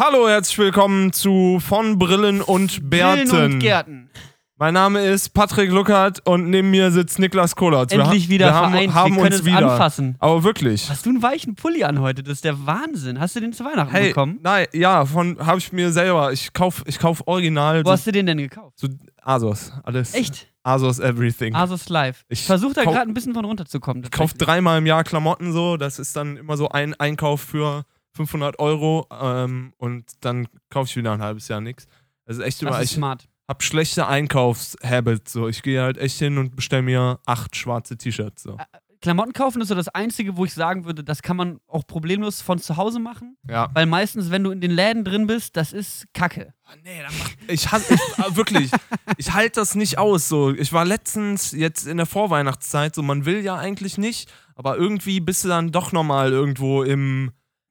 Hallo, herzlich willkommen zu Von Brillen und Bärten. Brillen und Gärten. Mein Name ist Patrick Luckert und neben mir sitzt Niklas Kolatz. Endlich wieder vereint. Wir haben können uns es wieder anfassen. Aber wirklich. Hast du einen weichen Pulli an heute? Das ist der Wahnsinn. Hast du den zu Weihnachten bekommen? Nein, ja, habe ich mir selber. Ich kauf original. Wo hast du den denn gekauft? So ASOS, alles. Echt? ASOS Everything. ASOS Live. Ich versuche da gerade ein bisschen von runterzukommen. Ich kaufe 3-mal im Jahr Klamotten so. Das ist dann immer so ein Einkauf für 500 Euro und dann kaufe ich wieder ein halbes Jahr nichts. Das ist echt immer. Das ist smart. Hab schlechte Einkaufshabits. So. Ich gehe halt echt hin und bestelle mir 8 schwarze T-Shirts. So. Klamotten kaufen ist so das Einzige, wo ich sagen würde, das kann man auch problemlos von zu Hause machen. Ja. Weil meistens, wenn du in den Läden drin bist, das ist Kacke. Oh, nee, wirklich, ich halte das nicht aus. So. Ich war letztens jetzt in der Vorweihnachtszeit, so man will ja eigentlich nicht, aber irgendwie bist du dann doch nochmal irgendwo im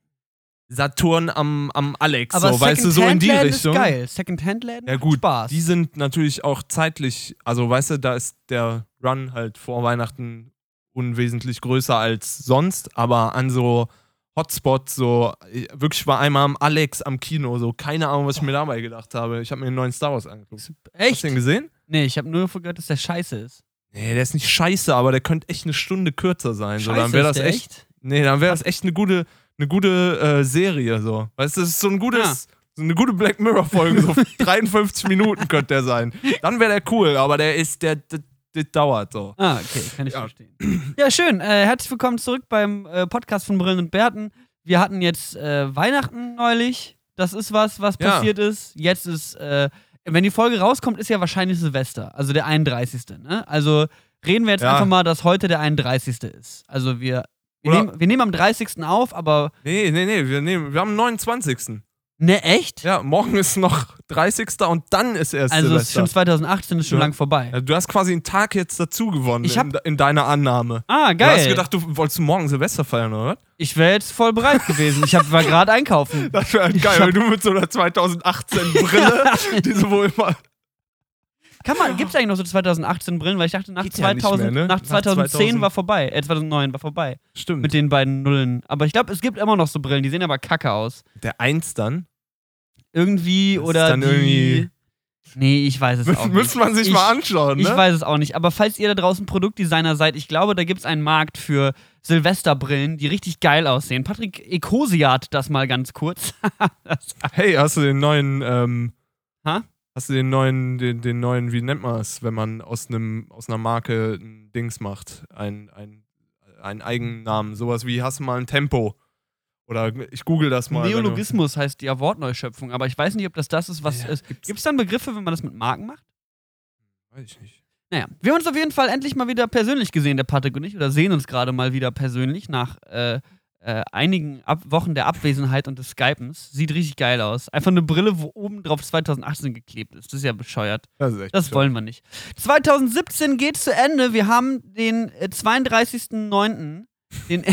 Saturn am Alex, aber so, weißt du, so in die Richtung. Ist geil. Second-Hand-Läden Ja gut, Spaß. Die sind natürlich auch zeitlich, also weißt du, da ist der Run halt vor Weihnachten unwesentlich größer als sonst, aber an so Hotspots, so, wirklich war einmal am Alex am Kino, so, keine Ahnung, was ich mir dabei gedacht habe. Ich habe mir den neuen Star Wars angeguckt. Echt? Hast du den gesehen? Nee, ich habe nur davon gehört, dass der scheiße ist. Nee, der ist nicht scheiße, aber der könnte echt eine Stunde kürzer sein. Scheiße, so, dann wäre das ist der echt. Nee, dann wäre das echt eine gute Serie, so. Weißt du, das ist so ein gutes. Ja. So eine gute Black Mirror-Folge, so 53 Minuten könnte der sein. Dann wäre der cool, aber das dauert so. Ah, okay, kann ich verstehen. Ja, schön. Herzlich willkommen zurück beim Podcast von Brillen und Bärten. Wir hatten jetzt Weihnachten neulich. Das ist was passiert ist. Jetzt ist, wenn die Folge rauskommt, ist ja wahrscheinlich Silvester, also der 31. Ne? Also reden wir jetzt einfach mal, dass heute der 31. ist. Also wir nehmen am 30. auf, aber... Nee, wir haben den 29. Ne, echt? Ja, morgen ist noch 30. und dann ist erst also Silvester. Also ist schon 2018, ist schon lang vorbei. Ja, du hast quasi einen Tag jetzt dazu gewonnen in deiner Annahme. Ah, geil. Du hast gedacht, du wolltest morgen Silvester feiern, oder was? Ich wäre jetzt voll bereit gewesen. Ich war gerade einkaufen. Das wäre halt geil, weil du mit so einer 2018-Brille, die so wohl immer... Gibt es eigentlich noch so 2018 Brillen? Weil ich dachte, nach 2010 war vorbei. 2009 war vorbei. Stimmt. Mit den beiden Nullen. Aber ich glaube, es gibt immer noch so Brillen, die sehen aber kacke aus. Der 1 dann? Irgendwie das oder dann die... Irgendwie Nee, ich weiß es auch nicht. Müsste man sich mal anschauen, ne? Ich weiß es auch nicht. Aber falls ihr da draußen Produktdesigner seid, ich glaube, da gibt es einen Markt für Silvesterbrillen, die richtig geil aussehen. Patrick Ecosiat das mal ganz kurz. Hey, hast du den neuen... Hast du den neuen, wie nennt man es, wenn man aus einer Marke ein Dings macht? Einen Eigennamen. Sowas wie, hast du mal ein Tempo? Oder ich google das mal. Neologismus heißt ja Wortneuschöpfung, aber ich weiß nicht, ob das ist, was ist. Gibt es dann Begriffe, wenn man das mit Marken macht? Weiß ich nicht. Naja, wir haben uns auf jeden Fall endlich mal wieder persönlich gesehen, der Patrick und ich, oder sehen uns gerade mal wieder persönlich nach einigen Wochen der Abwesenheit und des Skypens. Sieht richtig geil aus. Einfach eine Brille, wo oben drauf 2018 geklebt ist. Das ist ja bescheuert. Das ist echt Das wollen wir nicht. 2017 geht zu Ende. Wir haben den 32.09., den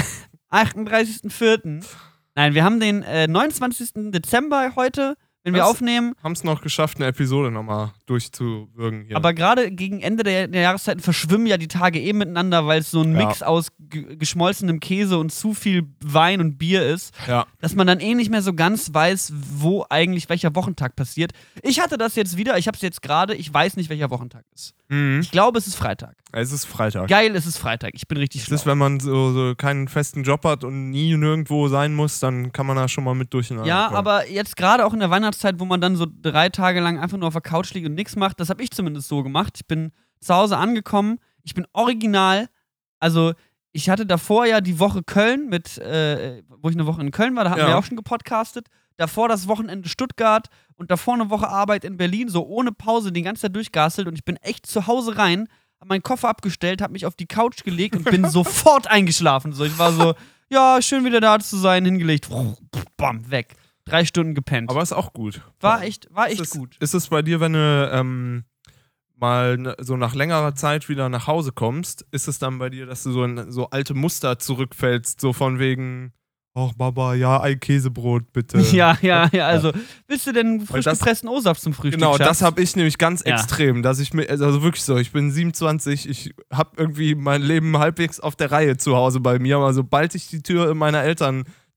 38.04. Nein, wir haben den 29. Dezember heute, wenn wir aufnehmen. Haben es noch geschafft, eine Episode nochmal durchzuwürgen hier. Aber gerade gegen Ende der Jahreszeiten verschwimmen ja die Tage miteinander, weil es so ein Mix aus geschmolzenem Käse und zu viel Wein und Bier ist, dass man dann nicht mehr so ganz weiß, wo eigentlich welcher Wochentag passiert. Ich hatte das jetzt wieder, ich hab's jetzt gerade, ich weiß nicht, welcher Wochentag ist. Mhm. Ich glaube, es ist Freitag. Es ist Freitag. Geil, es ist Freitag. Ich bin richtig schlau. Das ist, wenn man so keinen festen Job hat und nie nirgendwo sein muss, dann kann man da schon mal mit durcheinander kommen. Aber jetzt gerade auch in der Weihnachtszeit, wo man dann so 3 Tage lang einfach nur auf der Couch liegt und nichts macht, das habe ich zumindest so gemacht. Ich bin zu Hause angekommen, ich bin original, also ich hatte davor ja die Woche Köln wo ich eine Woche in Köln war, da hatten wir auch schon gepodcastet. Davor das Wochenende Stuttgart und davor eine Woche Arbeit in Berlin, so ohne Pause die ganze Zeit durchgastelt und ich bin echt zu Hause rein, hab meinen Koffer abgestellt, hab mich auf die Couch gelegt und bin sofort eingeschlafen. So, ich war so, ja, schön wieder da zu sein, hingelegt, bam, weg. 3 Stunden gepennt. Aber ist auch gut. War echt gut. Ist es bei dir, wenn du mal so nach längerer Zeit wieder nach Hause kommst, ist es dann bei dir, dass du so in so alte Muster zurückfällst, so von wegen, ach Baba, ja, ein Käsebrot, bitte. Ja, also, willst du denn frisch gepressten O-Saft zum Frühstück? Genau, Schatz? das habe ich nämlich ganz extrem, dass ich mir, also wirklich so, ich bin 27, ich habe irgendwie mein Leben halbwegs auf der Reihe zu Hause bei mir, aber sobald ich die Tür meiner Eltern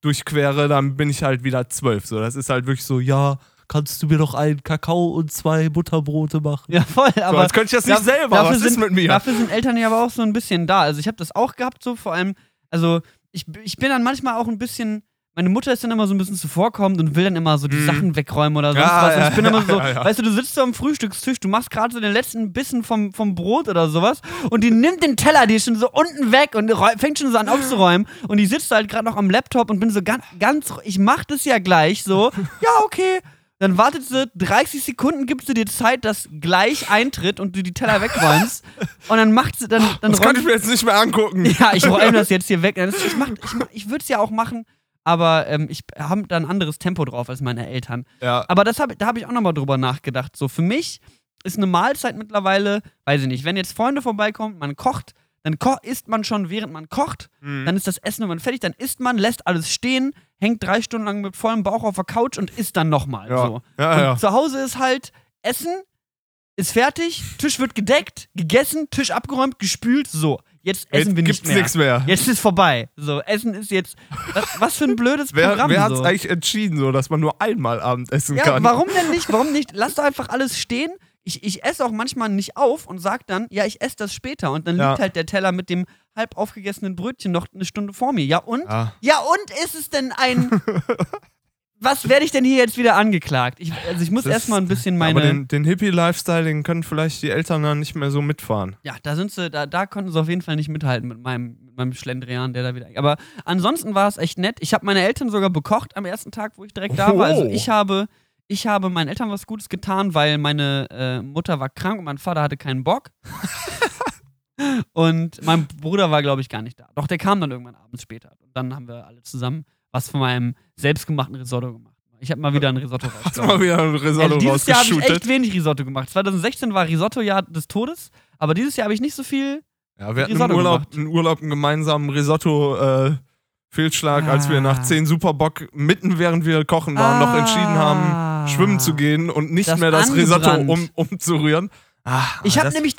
durchquere, dann bin ich halt wieder 12. So, das ist halt wirklich so, ja, kannst du mir doch einen Kakao und 2 Butterbrote machen? Ja, voll, aber. So, als könnte ich das nicht selber, was ist mit mir? Dafür sind Eltern ja aber auch so ein bisschen da. Also ich habe das auch gehabt, so vor allem, also ich bin dann manchmal auch ein bisschen. Meine Mutter ist dann immer so ein bisschen zuvorkommend und will dann immer so die Sachen wegräumen oder sonst was. Und ich bin immer so, weißt du siehst so am Frühstückstisch, du machst gerade so den letzten Bissen vom Brot oder sowas und die nimmt den Teller, die ist schon so unten weg und fängt schon so an aufzuräumen und die sitzt halt gerade noch am Laptop und bin so ganz, ich mach das ja gleich so, ja, okay. Dann wartet sie 30 Sekunden, gibst du dir Zeit, dass gleich eintritt und du die Teller wegräumst. Und dann macht sie, dann das kann ich mir jetzt nicht mehr angucken. Ja, ich räume das jetzt hier weg. Ich würde es ja auch machen, aber ich habe da ein anderes Tempo drauf als meine Eltern. Ja. Aber da habe ich auch nochmal drüber nachgedacht. So, für mich ist eine Mahlzeit mittlerweile, weiß ich nicht, wenn jetzt Freunde vorbeikommen, man kocht, dann isst man schon, während man kocht. Dann ist das Essen irgendwann fertig, dann isst man, lässt alles stehen, hängt 3 Stunden lang mit vollem Bauch auf der Couch und isst dann nochmal. Ja. So. Ja. Und zu Hause ist halt Essen, ist fertig, Tisch wird gedeckt, gegessen, Tisch abgeräumt, gespült, so. Jetzt essen wir nicht mehr. Gibt's nichts mehr. Jetzt ist vorbei. So, Essen ist jetzt. Was für ein blödes Programm. Wer hat's so. eigentlich entschieden, so, dass man nur einmal Abend essen Ja, kann? warum denn nicht? Warum nicht? Lass doch einfach alles stehen. Ich esse auch manchmal nicht auf und sag dann, ja, ich esse das später. Und dann liegt halt der Teller mit dem halb aufgegessenen Brötchen noch eine Stunde vor mir. Ja, und? Ja, und ist es denn ein. Was werde ich denn hier jetzt wieder angeklagt? Ich muss erstmal ein bisschen meine. Aber den Hippie-Lifestyle, den können vielleicht die Eltern dann nicht mehr so mitfahren. Ja, da konnten sie auf jeden Fall nicht mithalten mit meinem Schlendrian, der da wieder. Aber ansonsten war es echt nett. Ich habe meine Eltern sogar bekocht am ersten Tag, wo ich direkt da war. Also ich habe meinen Eltern was Gutes getan, weil meine Mutter war krank und mein Vater hatte keinen Bock. Und mein Bruder war, glaube ich, gar nicht da. Doch, der kam dann irgendwann abends später. Und dann haben wir alle zusammen was von meinem selbstgemachten Risotto gemacht. Ich habe mal wieder ein Risotto rausgehauen. Hast du mal wieder ein Risotto dieses Jahr habe ich rausgeshootet? echt wenig Risotto gemacht. 2016 war Risotto-Jahr des Todes, aber dieses Jahr habe ich nicht so viel Ja, wir hatten Risotto im Urlaub einen gemeinsamen Risotto-Fehlschlag, als wir nach 10 Superbock mitten während wir kochen waren, noch entschieden haben, schwimmen zu gehen und nicht mehr das Risotto umzurühren. Ich habe nämlich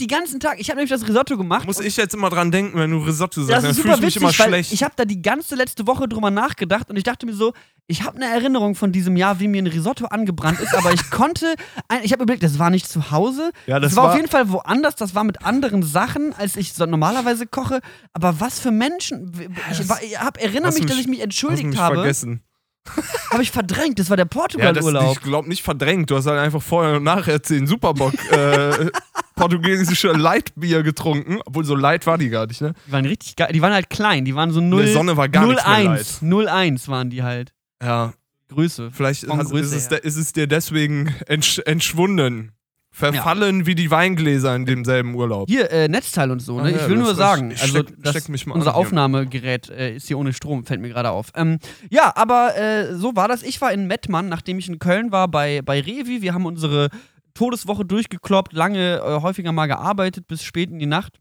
das Risotto gemacht. Muss ich jetzt immer dran denken, wenn du Risotto sagst, Das dann ist fühle super ich mich immer witzig, weil schlecht. ich habe da die ganze letzte Woche drüber nachgedacht und ich dachte mir so, ich habe eine Erinnerung von diesem Jahr, wie mir ein Risotto angebrannt ist, aber ich habe überlegt, das war nicht zu Hause, Ja, das war auf jeden Fall woanders, das war mit anderen Sachen, als ich so normalerweise koche, aber was für Menschen, erinnere mich, dass ich mich entschuldigt habe. Vergessen. Habe ich verdrängt, das war der Ja, Portugal-Urlaub. ich glaube nicht verdrängt, du hast halt einfach vorher und nachher 10 Superbock portugiesische Lightbier getrunken, obwohl so light war die gar nicht, ne? Die waren richtig geil, die waren halt klein, die waren so 0, In der Sonne war gar nichts mehr 0,1, 0,1 waren die halt. Ja, Größe. vielleicht Größe ist es dir deswegen entschwunden. Verfallen wie die Weingläser in demselben Urlaub. Hier, Netzteil und so, ne? Ja, Ich will nur sagen, ich also steck mich mal unser an hier. Aufnahmegerät ist hier ohne Strom, fällt mir gerade auf. Ja, aber so war das. Ich war in Mettmann, nachdem ich in Köln war, bei Revi. Wir haben unsere Todeswoche durchgekloppt, lange, häufiger mal gearbeitet, bis spät in die Nacht.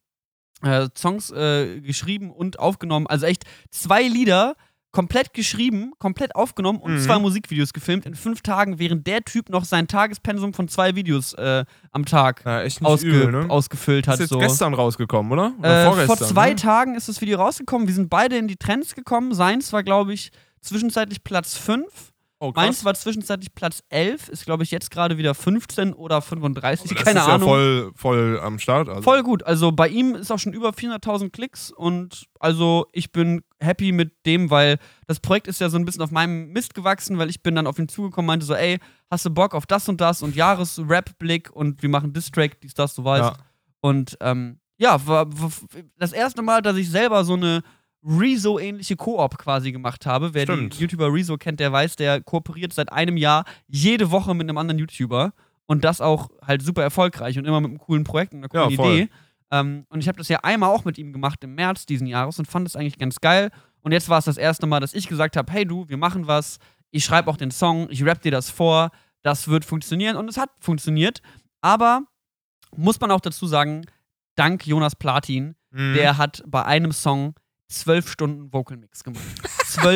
Songs geschrieben und aufgenommen. Also echt 2 Lieder komplett geschrieben, komplett aufgenommen und 2 Musikvideos gefilmt in 5 Tagen, während der Typ noch sein Tagespensum von 2 Videos am Tag Echt nicht übel, ne? ausgefüllt hat. Ist jetzt so. gestern rausgekommen, oder? Oder vorgestern? Vor 2 ne? Tagen ist das Video rausgekommen. Wir sind beide in die Trends gekommen. Seins war, glaube ich, zwischenzeitlich Platz 5. Oh, krass. Meins war zwischenzeitlich Platz 11. Ist, glaube ich, jetzt gerade wieder 15 oder 35. Aber das Keine ist Ahnung. Ja voll am Start. Also. Voll gut. Also bei ihm ist auch schon über 400.000 Klicks und also ich bin happy mit dem, weil das Projekt ist ja so ein bisschen auf meinem Mist gewachsen, weil ich bin dann auf ihn zugekommen, meinte so, ey, hast du Bock auf das und Jahres-Rap-Blick und wir machen Diss-Track, dies, das, du weißt. Ja. Und war das erste Mal, dass ich selber so eine Rezo-ähnliche Koop quasi gemacht habe. Wer den YouTuber Rezo kennt, der weiß, der kooperiert seit einem Jahr jede Woche mit einem anderen YouTuber und das auch halt super erfolgreich und immer mit einem coolen Projekt und einer coolen Idee. Und ich habe das ja einmal auch mit ihm gemacht im März diesen Jahres und fand es eigentlich ganz geil. Und jetzt war es das erste Mal, dass ich gesagt habe, hey du, wir machen was, ich schreibe auch den Song, ich rap dir das vor, das wird funktionieren und es hat funktioniert. Aber muss man auch dazu sagen, dank Jonas Platin, der hat bei einem Song 12 Stunden Vocal Mix gemacht. 12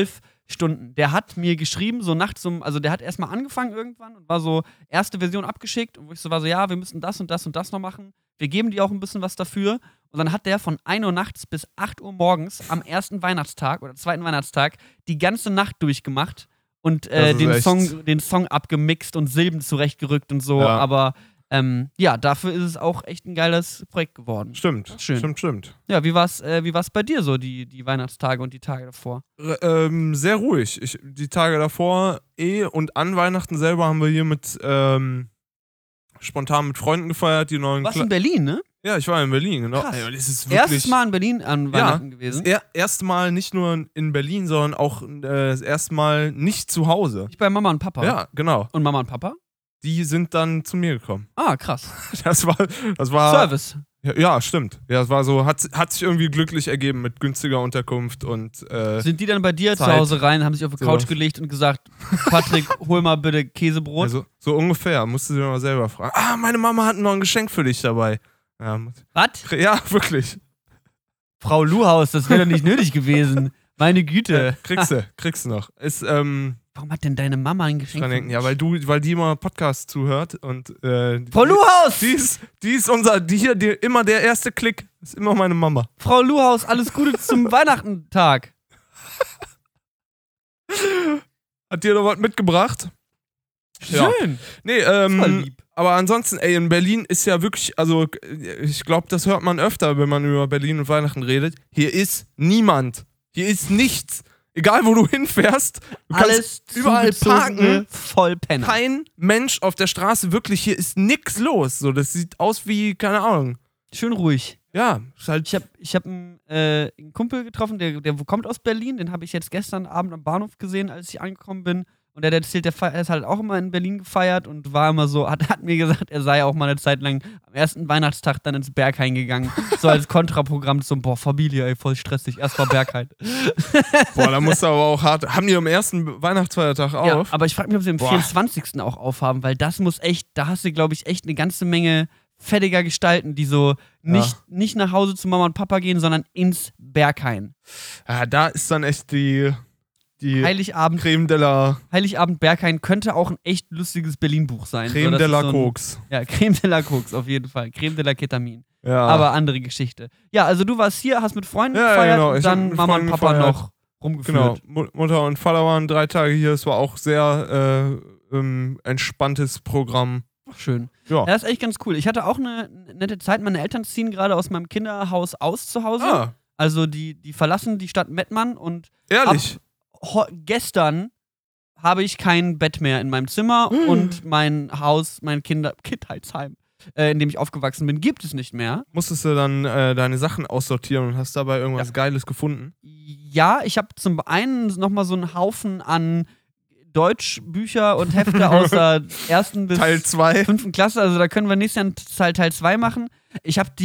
Stunden. Der hat mir geschrieben, so nachts also der hat erstmal angefangen irgendwann und war so, erste Version abgeschickt und wo ich so war so, ja, wir müssen das und das und das noch machen. Wir geben dir auch ein bisschen was dafür. Und dann hat der von 1 Uhr nachts bis 8 Uhr morgens am ersten Weihnachtstag oder zweiten Weihnachtstag die ganze Nacht durchgemacht und den Song abgemixt und Silben zurechtgerückt und so. Ja. Aber dafür ist es auch echt ein geiles Projekt geworden. Stimmt. Schön. Stimmt. Ja, wie war's bei dir so, die Weihnachtstage und die Tage davor? Sehr ruhig. Die Tage davor und an Weihnachten selber haben wir hier spontan mit Freunden gefeiert, die neuen. Du warst in Berlin, ne? Ja, ich war in Berlin, genau. Krass. Ey, das ist wirklich Erstes Mal in Berlin an Weihnachten gewesen? Das erste Mal nicht nur in Berlin, sondern auch das erste Mal nicht zu Hause. Ich bei Mama und Papa. Ja, genau. Und Mama und Papa? Die sind dann zu mir gekommen. Ah, krass. Das war Service. Ja, stimmt. Ja, es war so, hat sich irgendwie glücklich ergeben mit günstiger Unterkunft und sind die dann bei dir Zeit. zu Hause rein, haben sich auf die Couch gelegt und gesagt, Patrick, hol mal bitte Käsebrot? Also, so ungefähr, musst du dir mal selber fragen. Meine Mama hat noch ein Geschenk für dich dabei. Ja, was? Ja, wirklich. Frau Luhaus, das wäre doch nicht nötig gewesen. Meine Güte. Kriegst du noch. Ist, warum hat denn deine Mama ein Geschenk? Dran denken. Ja, weil die immer Podcasts zuhört und Frau Luhaus! Die ist immer der erste Klick. Ist immer meine Mama. Frau Luhaus, alles Gute zum Weihnachtentag. Hat dir noch was mitgebracht? Schön. Ja. Nee, lieb. aber ansonsten, in Berlin ist ja wirklich, also ich glaube, das hört man öfter, wenn man über Berlin und Weihnachten redet. Hier ist niemand. Hier ist nichts. Egal, wo du hinfährst, du alles kannst überall parken. Voll Penner. Kein Mensch auf der Straße, wirklich, hier ist nix los. So, das sieht aus wie, keine Ahnung. Schön ruhig. Ja, ist halt. Ich hab einen Kumpel getroffen, der kommt aus Berlin. Den habe ich jetzt gestern Abend am Bahnhof gesehen, als ich angekommen bin. Und der erzählt, er ist halt auch immer in Berlin gefeiert und war immer so, hat mir gesagt, er sei auch mal eine Zeit lang am ersten Weihnachtstag dann ins Berghain gegangen. So als Kontraprogramm zum, Familie, ey, voll stressig, erst mal Berghain. Da musst du aber auch hart. Haben die am ersten Weihnachtsfeiertag auf? Ja, aber ich frage mich, ob sie am 24. auch aufhaben, weil das muss echt, da hast du, glaube ich, echt eine ganze Menge fettiger Gestalten, die so nicht nach Hause zu Mama und Papa gehen, sondern ins Berghain. Ja, da ist dann echt die Heiligabend Creme de la Berghain könnte auch ein echt lustiges Berlin-Buch sein. Creme de la Koks. Ja, Creme de la Koks auf jeden Fall. Creme de la Ketamin. Ja. Aber andere Geschichte. Ja, also du warst hier, hast mit Freunden gefeiert und dann Mama und Papa noch rumgeführt. Genau, Mutter und Vater waren 3 Tage hier. Es war auch sehr entspanntes Programm. Schön. Ja. Das ist echt ganz cool. Ich hatte auch eine nette Zeit. Meine Eltern ziehen gerade aus meinem Kinderhaus aus zu Hause. Ah. Also die verlassen die Stadt Mettmann und Ehrlich? Gestern habe ich kein Bett mehr in meinem Zimmer und mein Haus, mein Kindheitsheim, in dem ich aufgewachsen bin, gibt es nicht mehr. Musstest du dann deine Sachen aussortieren und hast dabei irgendwas Geiles gefunden? Ja, ich habe zum einen nochmal so einen Haufen an Deutschbücher und Hefte aus der 1. bis Teil 2. 5. Klasse, also da können wir nächstes Jahr Teil 2 machen. Ich habe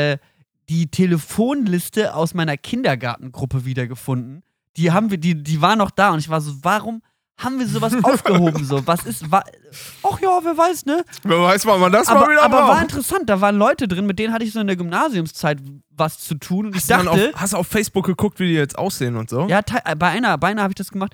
die Telefonliste aus meiner Kindergartengruppe wiedergefunden. Die war noch da und ich war so, warum haben wir sowas aufgehoben? So, ach ja, wer weiß, ne? Wer weiß, wann man das mal wieder aber braucht. war interessant, da waren Leute drin, mit denen hatte ich so in der Gymnasiumszeit was zu tun. Und ich dachte, hast du auf Facebook geguckt, wie die jetzt aussehen und so? Ja, bei einer habe ich das gemacht.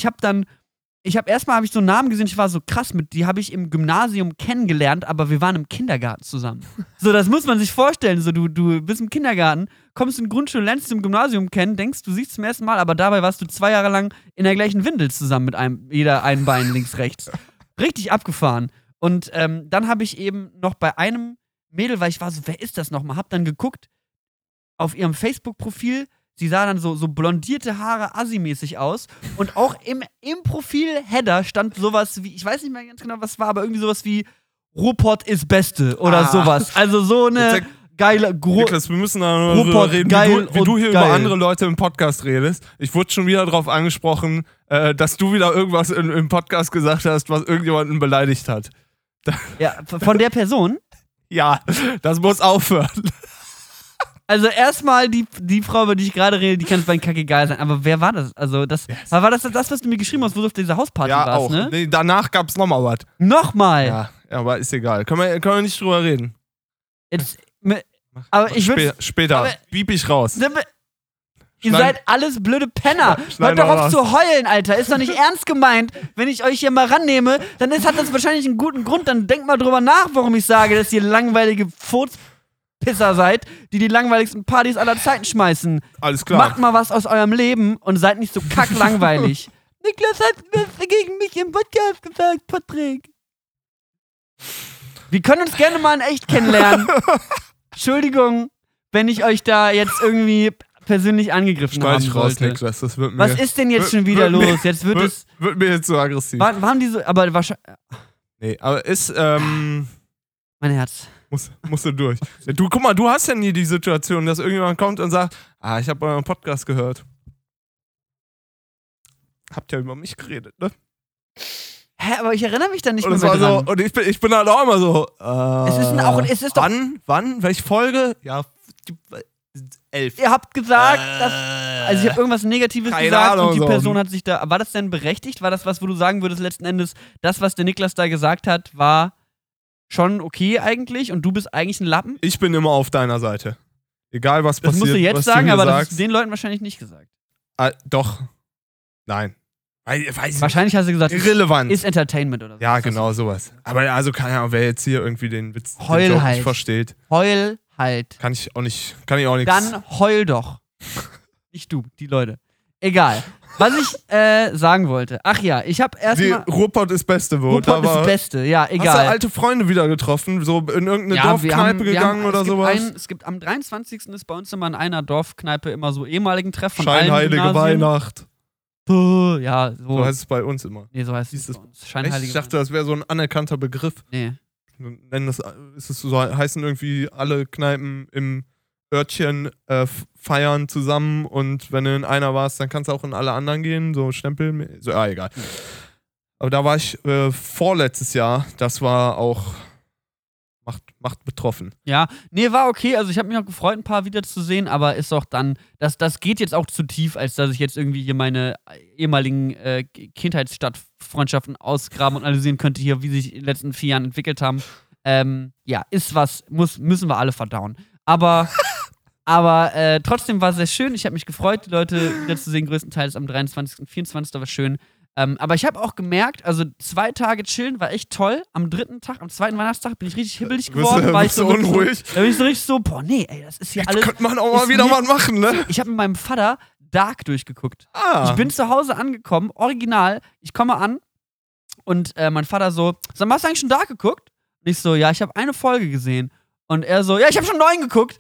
Erstmal habe ich so einen Namen gesehen, ich war so krass, die habe ich im Gymnasium kennengelernt, aber wir waren im Kindergarten zusammen. So, das muss man sich vorstellen. So, du bist im Kindergarten, kommst in die Grundschule, lernst du im Gymnasium kennen, denkst, du siehst zum ersten Mal, aber dabei warst du 2 Jahre lang in der gleichen Windel zusammen mit jeder ein Bein links, rechts. Richtig abgefahren. Und dann habe ich eben noch bei einem Mädel, weil ich war so, wer ist das nochmal? Hab dann geguckt auf ihrem Facebook-Profil. Sie sah dann so blondierte Haare assi-mäßig aus. Und auch im Profil-Header stand sowas wie, ich weiß nicht mehr ganz genau, was war, aber irgendwie sowas wie Ruhrpott ist Beste oder sowas. Also so eine geile Niklas, wir müssen da nur drüber reden, wie du hier über andere Leute im Podcast redest. Ich wurde schon wieder darauf angesprochen, dass du wieder irgendwas im Podcast gesagt hast, was irgendjemanden beleidigt hat. Ja, von der Person? Ja, das muss aufhören. Also erstmal die Frau, über die ich gerade rede, die kann es bei Kacke geil sein. Aber wer war das? Also war das, was du mir geschrieben hast, wo du auf dieser Hausparty warst, auch. Ne? Nee, danach gab's nochmal was. Nochmal? Ja, aber ist egal. Können wir nicht drüber reden. Jetzt, aber ich würde Später. Bieb ich raus. Ihr seid alles blöde Penner. Hört doch auf zu heulen, Alter. Ist doch nicht ernst gemeint. Wenn ich euch hier mal rannehme, dann hat das wahrscheinlich einen guten Grund. Dann denkt mal drüber nach, warum ich sage, dass ihr langweilige Furzpisser seid, die langweiligsten Partys aller Zeiten schmeißen. Alles klar. Macht mal was aus eurem Leben und seid nicht so kacklangweilig. Niklas hat das gegen mich im Podcast gesagt, Patrick. Wir können uns gerne mal in echt kennenlernen. Entschuldigung, wenn ich euch da jetzt irgendwie persönlich angegriffen habe. Schneid ich raus, Niklas. Das wird mir, was ist denn jetzt schon wieder los? Jetzt wird es. Wird mir jetzt so aggressiv. Waren die so. Aber wahrscheinlich. Nee, aber ist. Mein Herz. Musst du durch. Du, guck mal, du hast ja nie die Situation, dass irgendjemand kommt und sagt: Ich habe euren Podcast gehört. Habt ja über mich geredet, ne? Hä, aber ich erinnere mich dann nicht mehr dran. So, und ich bin halt auch immer so. Es ist doch. Wann? Welche Folge? Ja, 11. Ihr habt gesagt, dass. Also, ich habe irgendwas Negatives gesagt Ahnung, und die so. Person hat sich da. War das denn berechtigt? War das was, wo du sagen würdest, letzten Endes, das, was der Niklas da gesagt hat, war schon okay eigentlich und du bist eigentlich ein Lappen? Ich bin immer auf deiner Seite. Egal, was passiert. Das musst du jetzt was sagen, du aber das sagst. hast du den Leuten wahrscheinlich nicht gesagt. Doch. Nein. Weiß wahrscheinlich hast du gesagt, irrelevant. Ist Entertainment oder so. Ja, genau, sowas. Aber also keine Ahnung, wer jetzt hier irgendwie den Witz Heul den halt. nicht versteht. Heul halt. Kann ich auch nicht. Nichts. Dann heul doch. Nicht du, die Leute. Egal. Was ich sagen wollte. Ach ja, ich habe erstmal. Ruhrpott ist Beste, wo. Ruhrpott ist das Beste, ja, egal. Hast du alte Freunde wieder getroffen? So in irgendeine Dorfkneipe gegangen oder sowas? Es gibt am 23. ist bei uns immer in einer Dorfkneipe immer so ehemaligen Treff von Scheinheilige allen Gymnasien. Weihnacht. Ja, so heißt es bei uns immer. Nee, so heißt es bei uns. Scheinheilige Ich dachte, das wäre so ein anerkannter Begriff. Nee. Heißen irgendwie alle Kneipen im Örtchen feiern zusammen und wenn du in einer warst, dann kannst du auch in alle anderen gehen, so Stempel. So, egal. Aber da war ich vorletztes Jahr, das war auch macht betroffen. Ja, nee, war okay. Also ich habe mich auch gefreut, ein paar wiederzusehen, aber ist auch dann, das geht jetzt auch zu tief, als dass ich jetzt irgendwie hier meine ehemaligen Kindheitsstadtfreundschaften ausgraben und analysieren könnte hier, wie sich in den letzten 4 Jahren entwickelt haben. Ja, ist was, müssen wir alle verdauen. Aber trotzdem war es sehr schön. Ich habe mich gefreut, die Leute wiederzusehen, größtenteils am 23. und 24. war schön. Aber ich habe auch gemerkt, also 2 Tage chillen war echt toll. Am 3. Tag, am 2. Weihnachtstag bin ich richtig hibbelig geworden. War ich so unruhig? Da bin ich so richtig so, boah, nee, ey, das ist hier alles. Könnte man auch mal wieder was machen, ne? Ich habe mit meinem Vater Dark durchgeguckt. Ich bin zu Hause angekommen, original. Ich komme an und mein Vater so, sag mal, hast du eigentlich schon Dark geguckt? Und ich so, ja, ich habe eine Folge gesehen. Und er so, ja, ich habe schon 9 geguckt.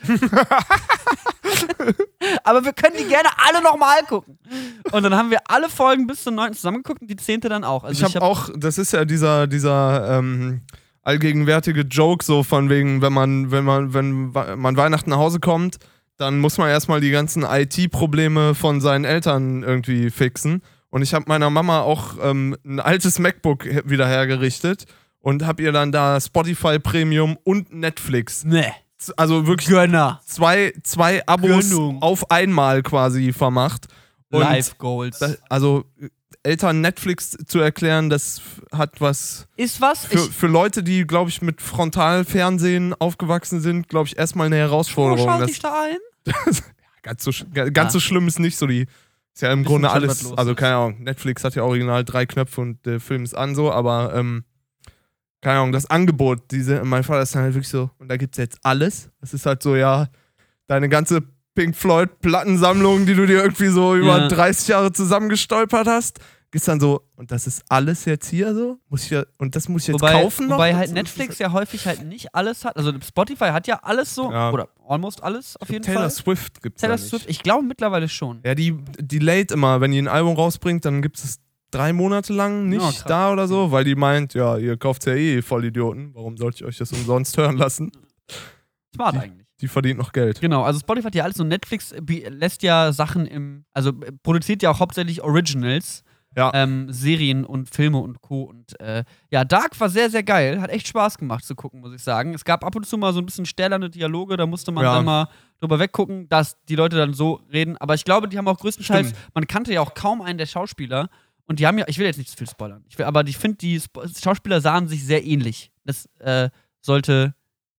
Aber wir können die gerne alle nochmal gucken. Und dann haben wir alle Folgen bis zur 9. zusammengeguckt und die 10. dann auch. Also ich hab auch, das ist ja dieser allgegenwärtige Joke so von wegen, wenn man Weihnachten nach Hause kommt, dann muss man erstmal die ganzen IT-Probleme von seinen Eltern irgendwie fixen. Und ich habe meiner Mama auch ein altes MacBook wieder hergerichtet und habe ihr dann da Spotify Premium und Netflix. Nee. Also wirklich Gönner. Zwei Abos Gönnung. auf einmal quasi vermacht. Und Life Goals. Also Eltern Netflix zu erklären, das hat was. Ist was? Für Leute, die, glaube ich, mit Frontalfernsehen aufgewachsen sind, glaube ich, erstmal eine Herausforderung. Schalte ich da ein? Ganz so schlimm ist nicht so die. Ist ja im Grunde alles. Also keine Ahnung, Netflix hat ja original 3 Knöpfe und der Film ist an so, aber keine Ahnung, das Angebot, mein Vater ist dann halt wirklich so, und da gibt's jetzt alles. Das ist halt so, ja, deine ganze Pink Floyd-Plattensammlung, die du dir irgendwie so über 30 Jahre zusammengestolpert hast, ist dann so, und das ist alles jetzt hier so? Und das muss ich jetzt kaufen noch? Wobei halt Netflix ja häufig halt nicht alles hat. Also Spotify hat ja alles so, oder almost alles auf jeden Fall. Taylor Swift gibt's Taylor ja nicht. Swift, ich glaube mittlerweile schon. Ja, die lädt immer, wenn die ein Album rausbringt, dann gibt es 3 Monate lang nicht da oder so, weil die meint, ja, ihr kauft ja eh Vollidioten, warum sollte ich euch das umsonst hören lassen? Smart eigentlich. Die verdient noch Geld. Genau, also Spotify hat ja alles und Netflix lässt ja Sachen produziert ja auch hauptsächlich Originals, Serien und Filme und Co. Und Dark war sehr, sehr geil, hat echt Spaß gemacht zu gucken, muss ich sagen. Es gab ab und zu mal so ein bisschen stählerne Dialoge, da musste man dann mal drüber weggucken, dass die Leute dann so reden, aber ich glaube, die haben auch größtenteils, man kannte ja auch kaum einen der Schauspieler. Und die haben ja, ich will jetzt nicht zu viel spoilern, aber ich finde, die Schauspieler sahen sich sehr ähnlich. Das sollte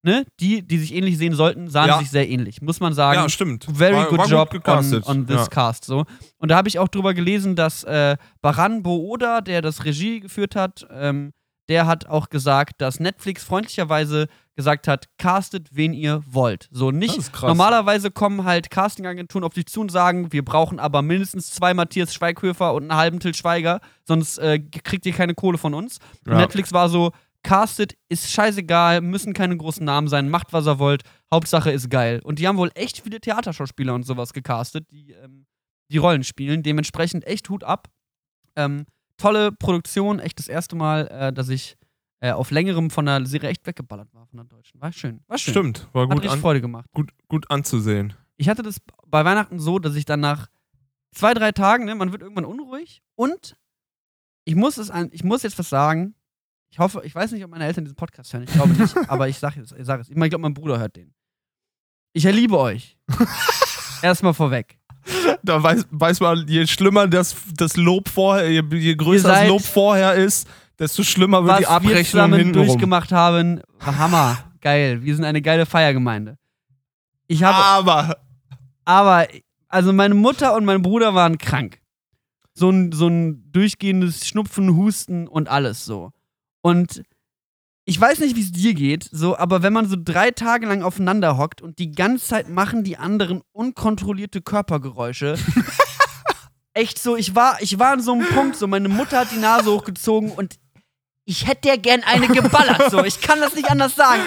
ne, die sich ähnlich sehen sollten, sahen sich sehr ähnlich, muss man sagen. Ja, stimmt. Very good job gecastet. on this cast. So. Und da habe ich auch drüber gelesen, dass Baran Booda, der das Regie geführt hat, der hat auch gesagt, dass Netflix freundlicherweise gesagt hat, castet, wen ihr wollt. So nicht. Das ist krass. Normalerweise kommen halt Castingagenturen auf dich zu und sagen, wir brauchen aber mindestens 2 Matthias Schweighöfer und einen halben Till Schweiger, sonst kriegt ihr keine Kohle von uns. Und Netflix war so, castet, ist scheißegal, müssen keine großen Namen sein, macht, was ihr wollt, Hauptsache ist geil. Und die haben wohl echt viele Theaterschauspieler und sowas gecastet, die Rollen spielen. Dementsprechend echt Hut ab. Tolle Produktion, echt das erste Mal, dass ich auf längerem von der Serie echt weggeballert war, von der deutschen. War schön. Stimmt, war Hat gut, richtig Freude gemacht. gut anzusehen. Ich hatte das bei Weihnachten so, dass ich dann nach 2-3 Tagen, ne, man wird irgendwann unruhig und ich muss jetzt was sagen. Ich weiß nicht, ob meine Eltern diesen Podcast hören. Ich glaube nicht, aber ich sage es. Ich glaube, mein Bruder hört den. Ich liebe euch. Erstmal vorweg. Da weiß man, je schlimmer das Lob vorher, je größer das Lob vorher ist, desto schlimmer wird die Abrechnung hintenrum. Was wir zusammen durchgemacht haben, war Hammer. Geil. Wir sind eine geile Feiergemeinde. Aber, also meine Mutter und mein Bruder waren krank. So ein durchgehendes Schnupfen, Husten und alles so. Und ich weiß nicht, wie es dir geht, so, aber wenn man so 3 Tage lang aufeinander hockt und die ganze Zeit machen die anderen unkontrollierte Körpergeräusche. Echt so, ich war an so einem Punkt, so, meine Mutter hat die Nase hochgezogen und ich hätte ja gern eine geballert, so. Ich kann das nicht anders sagen.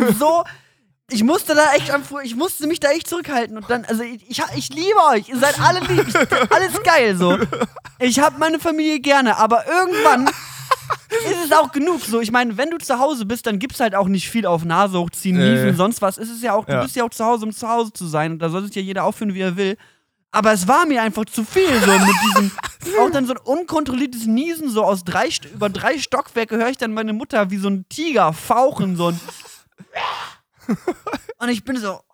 Ich musste mich da echt zurückhalten und dann, also ich liebe euch, ihr seid alle lieb, alles geil, so. Ich hab meine Familie gerne, aber irgendwann ist es auch genug, so. Ich meine, wenn du zu Hause bist, dann gibt's halt auch nicht viel auf Nase hochziehen, niesen, sonst was. Es ist ja auch, du bist ja auch zu Hause, um zu Hause zu sein und da soll sich ja jeder aufführen, wie er will. Aber es war mir einfach zu viel, so mit diesem, auch dann so ein unkontrolliertes Niesen, so über 3 Stockwerke höre ich dann meine Mutter wie so ein Tiger fauchen, so ein und ich bin so,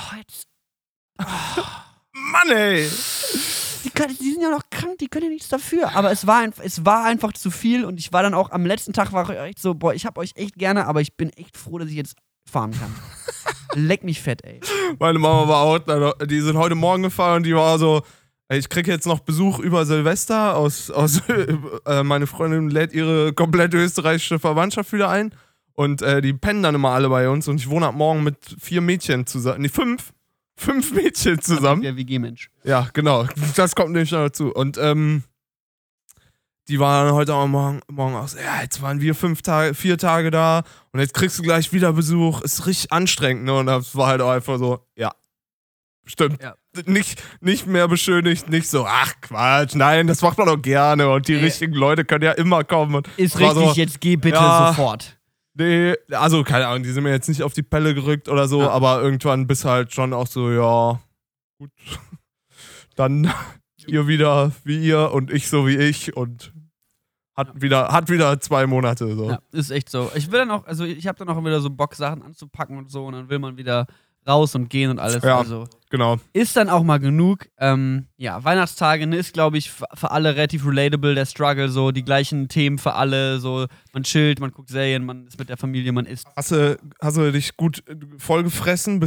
Mann, ey! Die sind ja noch krank, die können ja nichts dafür. Aber es war einfach zu viel und ich war dann auch, am letzten Tag war ich echt so, boah, ich hab euch echt gerne, aber ich bin echt froh, dass ich jetzt fahren kann. Leck mich fett, ey. Meine Mama war auch, die sind heute Morgen gefahren und die war so, ey, ich krieg jetzt noch Besuch über Silvester meine Freundin lädt ihre komplette österreichische Verwandtschaft wieder ein und die pennen dann immer alle bei uns und ich wohne ab morgen mit 4 Mädchen zusammen, nee, 5 Mädchen zusammen. Der WG-Mensch. Ja, genau, das kommt nämlich noch dazu und die waren heute auch morgen aus, ja, jetzt waren wir 4 Tage da und jetzt kriegst du gleich wieder Besuch. Ist richtig anstrengend, ne? Und das war halt auch einfach so, ja, stimmt. Ja. Nicht mehr beschönigt, nicht so, ach Quatsch, nein, das macht man doch gerne und die richtigen Leute können ja immer kommen. Und ist richtig, so, jetzt geh bitte sofort. Nee, also keine Ahnung, die sind mir jetzt nicht auf die Pelle gerückt oder so, aber irgendwann bist halt schon auch so, ja, gut, dann ihr wieder wie ihr und ich so wie ich und hat wieder 2 Monate. So. Ja, ist echt so. Ich will dann auch, also ich habe dann auch wieder so Bock, Sachen anzupacken und so und dann will man wieder raus und gehen und alles. Ja, also genau. Ist dann auch mal genug. Ja, Weihnachtstage, ne, ist, glaube ich, für alle relativ relatable, der Struggle, so die gleichen Themen für alle, so man chillt, man guckt Serien, man ist mit der Familie, man isst. Hast du dich gut vollgefressen?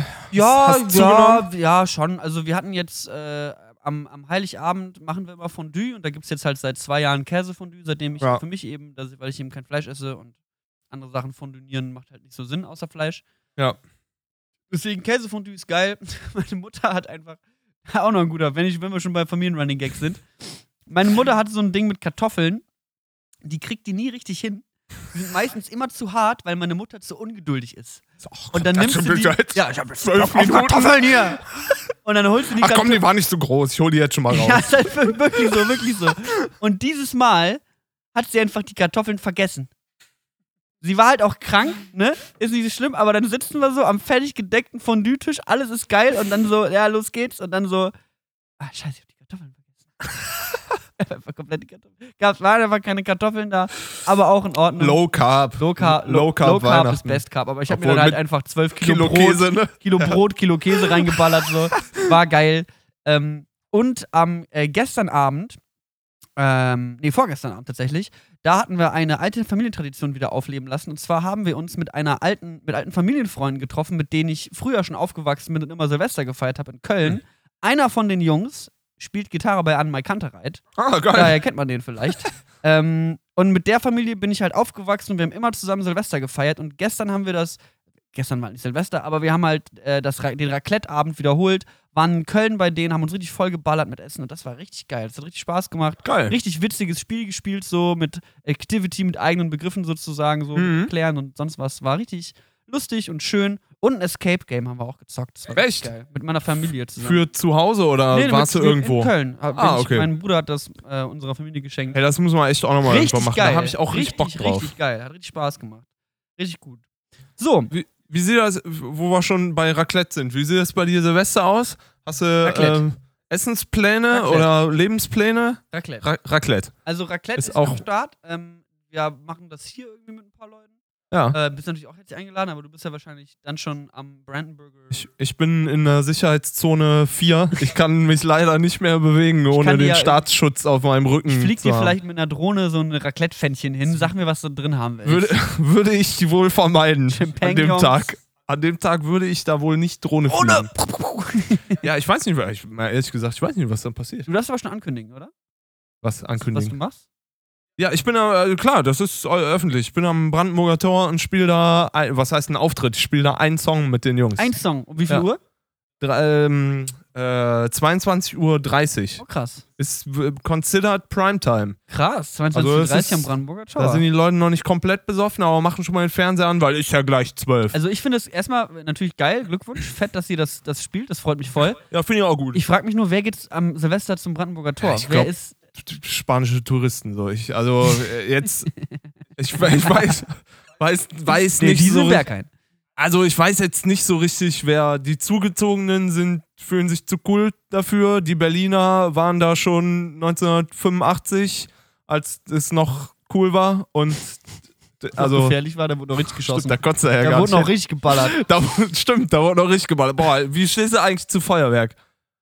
Ja, schon. Also wir hatten jetzt am Heiligabend machen wir immer Fondue und da gibt es jetzt halt seit 2 Jahren Käsefondue, seitdem ich für mich eben, weil ich eben kein Fleisch esse und andere Sachen fondunieren macht halt nicht so Sinn außer Fleisch. Ja. Deswegen Käsefondue ist geil. Meine Mutter hat einfach, auch noch ein guter, wenn wir schon bei Familienrunning-Gags sind. Meine Mutter hat so ein Ding mit Kartoffeln, die kriegt die nie richtig hin. Die sind meistens immer zu hart, weil meine Mutter zu ungeduldig ist. Und dann nimmst du die, ja, ich hab jetzt 12 Kartoffeln hier. Und dann holst du die Kartoffeln. Ach komm, die war nicht so groß, ich hol die jetzt schon mal raus. Ja, ist halt wirklich so. Und dieses Mal hat sie einfach die Kartoffeln vergessen. Sie war halt auch krank, ne? Ist nicht so schlimm, aber dann sitzen wir so am fertig gedeckten Fondue-Tisch, alles ist geil und dann so, ja, los geht's und dann so, scheiße, ich hab die Kartoffeln vergessen. Einfach komplett die Kartoffeln. Waren einfach keine Kartoffeln da, aber auch in Ordnung. Low Carb. Low Carb ist Best Carb, aber ich hab mir dann halt einfach 12 Kilo Brot, Käse, ne? Kilo Käse reingeballert, so. War geil. Und am gestern Abend Vorgestern Abend tatsächlich. Da hatten wir eine alte Familientradition wieder aufleben lassen. Und zwar haben wir uns mit alten Familienfreunden getroffen, mit denen ich früher schon aufgewachsen bin und immer Silvester gefeiert habe in Köln. Einer von den Jungs spielt Gitarre bei Anne Kantereit. Ah, geil. Daher kennt man den vielleicht. Und mit der Familie bin ich halt aufgewachsen und wir haben immer zusammen Silvester gefeiert. Und gestern war nicht Silvester, aber wir haben halt den Raclette-Abend wiederholt, waren in Köln bei denen, haben uns richtig voll geballert mit Essen und das war richtig geil. Das hat richtig Spaß gemacht. Geil. Richtig witziges Spiel gespielt, so mit Activity, mit eigenen Begriffen sozusagen, so klären und sonst was. War richtig lustig und schön. Und ein Escape-Game haben wir auch gezockt. Das war echt geil. Mit meiner Familie zusammen. Für zu Hause oder warst du irgendwo? In Köln. Okay. Mein Bruder hat das unserer Familie geschenkt. Hey, das muss man echt auch nochmal irgendwann machen. Geil. Da habe ich auch richtig Bock drauf. Richtig geil. Hat richtig Spaß gemacht. Richtig gut. So. Wie sieht das, wo wir schon bei Raclette sind, wie sieht das bei dir Silvester aus? Hast du Essenspläne oder Lebenspläne? Raclette. Raclette. Also Raclette ist auch am Start. Wir machen das hier irgendwie mit ein paar Leuten. Ja. Bist natürlich auch herzlich eingeladen, aber du bist ja wahrscheinlich dann schon am Brandenburger. Ich bin in der Sicherheitszone 4. Ich kann mich leider nicht mehr bewegen, ohne den Staatsschutz auf meinem Rücken. Ich flieg dir vielleicht mit einer Drohne so ein Raclette-Pfännchen hin. Sag mir, was du drin haben willst. Würde ich wohl vermeiden an dem Tag. An dem Tag würde ich da wohl nicht Drohne fliegen. Ja, ich weiß nicht, ehrlich gesagt, ich weiß nicht, was dann passiert. Du darfst aber schon ankündigen, oder? Was ankündigen? Was du machst? Ja, ich bin klar, das ist öffentlich. Ich bin am Brandenburger Tor und spiele da, was heißt ein Auftritt? Ich spiele da einen Song mit den Jungs. Ein Song? Um wie viel Uhr? 22:30 Uhr. Oh, krass. Ist considered Primetime. Krass, 22:30 Uhr am Brandenburger Tor. Da sind die Leute noch nicht komplett besoffen, aber machen schon mal den Fernseher an, weil ich ja gleich 12. Also ich finde es erstmal natürlich geil, Glückwunsch, fett, dass ihr das spielt, das freut mich voll. Ja, finde ich auch gut. Ich frage mich nur, wer geht am Silvester zum Brandenburger Tor? Ja, wer ist spanische Touristen so. Ich weiß nicht so. Also ich weiß jetzt nicht so richtig, wer die Zugezogenen sind, fühlen sich zu cool dafür. Die Berliner waren da schon 1985, als es noch cool war und also gefährlich war, da wurde noch richtig geschossen. Stimmt, da kotzt er ja da gar wurde nicht. noch richtig geballert. Da wurde noch richtig geballert. Boah, wie stehst du eigentlich zu Feuerwerk?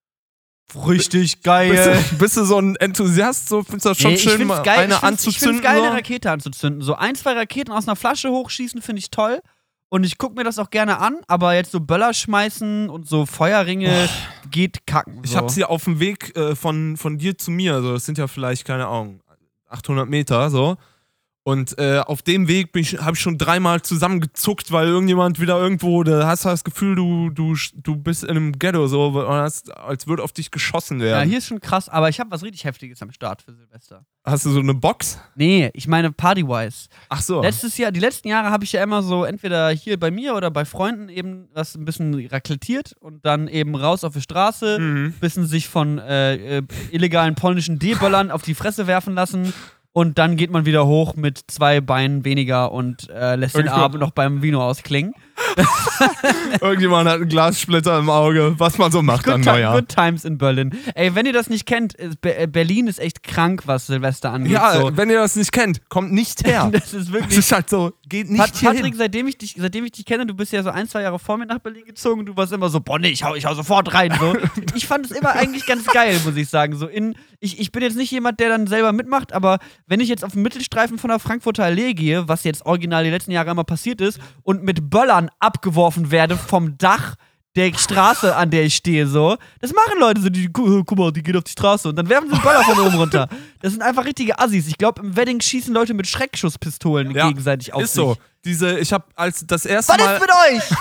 Richtig geil. Bist du so ein Enthusiast? So, findest du das schon schön, mal eine anzuzünden? Ich find's geil, eine Rakete anzuzünden. So 1, 2 Raketen aus einer Flasche hochschießen finde ich toll. Und ich gucke mir das auch gerne an, aber jetzt so Böller schmeißen und so Feuerringe geht kacken. So. Ich hab's hier auf dem Weg von dir zu mir, also das sind ja vielleicht, keine Ahnung, 800 Meter, so. Und auf dem Weg habe ich schon 3-mal zusammengezuckt, weil irgendjemand wieder irgendwo, da hast du das Gefühl, du bist in einem Ghetto, so, als würde auf dich geschossen werden. Ja, hier ist schon krass, aber ich habe was richtig Heftiges am Start für Silvester. Hast du so eine Box? Nee, ich meine Party-wise. Ach so. Die letzten Jahre habe ich ja immer so entweder hier bei mir oder bei Freunden eben das ein bisschen raclettiert und dann eben raus auf die Straße, bisschen sich von illegalen polnischen D-Böllern auf die Fresse werfen lassen. Und dann geht man wieder hoch mit 2 Beinen weniger und lässt den Abend noch beim Vino ausklingen. Irgendjemand hat einen Glassplitter im Auge, was man so macht an Neujahr. Good times in Berlin. Ey, wenn ihr das nicht kennt, Berlin ist echt krank, was Silvester angeht. Ja, so. Wenn ihr das nicht kennt, kommt nicht her. Das ist wirklich. Das ist halt so, geht nicht Patrick, hin. seitdem ich dich kenne, du bist ja so 1, 2 Jahre vor mir nach Berlin gezogen und du warst immer so, boah, nee, ich hau sofort rein. So. Ich fand es immer eigentlich ganz geil, muss ich sagen. So ich bin jetzt nicht jemand, der dann selber mitmacht, aber wenn ich jetzt auf den Mittelstreifen von der Frankfurter Allee gehe, was jetzt original die letzten Jahre immer passiert ist, und mit Böllern abgeworfen werde vom Dach der Straße, an der ich stehe, so. Das machen Leute so, guck mal, die gehen auf die Straße und dann werfen sie einen Böller von oben runter. Das sind einfach richtige Assis. Ich glaube, im Wedding schießen Leute mit Schreckschusspistolen gegenseitig auf sich. Ist so. Ich hab das erste Mal... Was ist mit euch?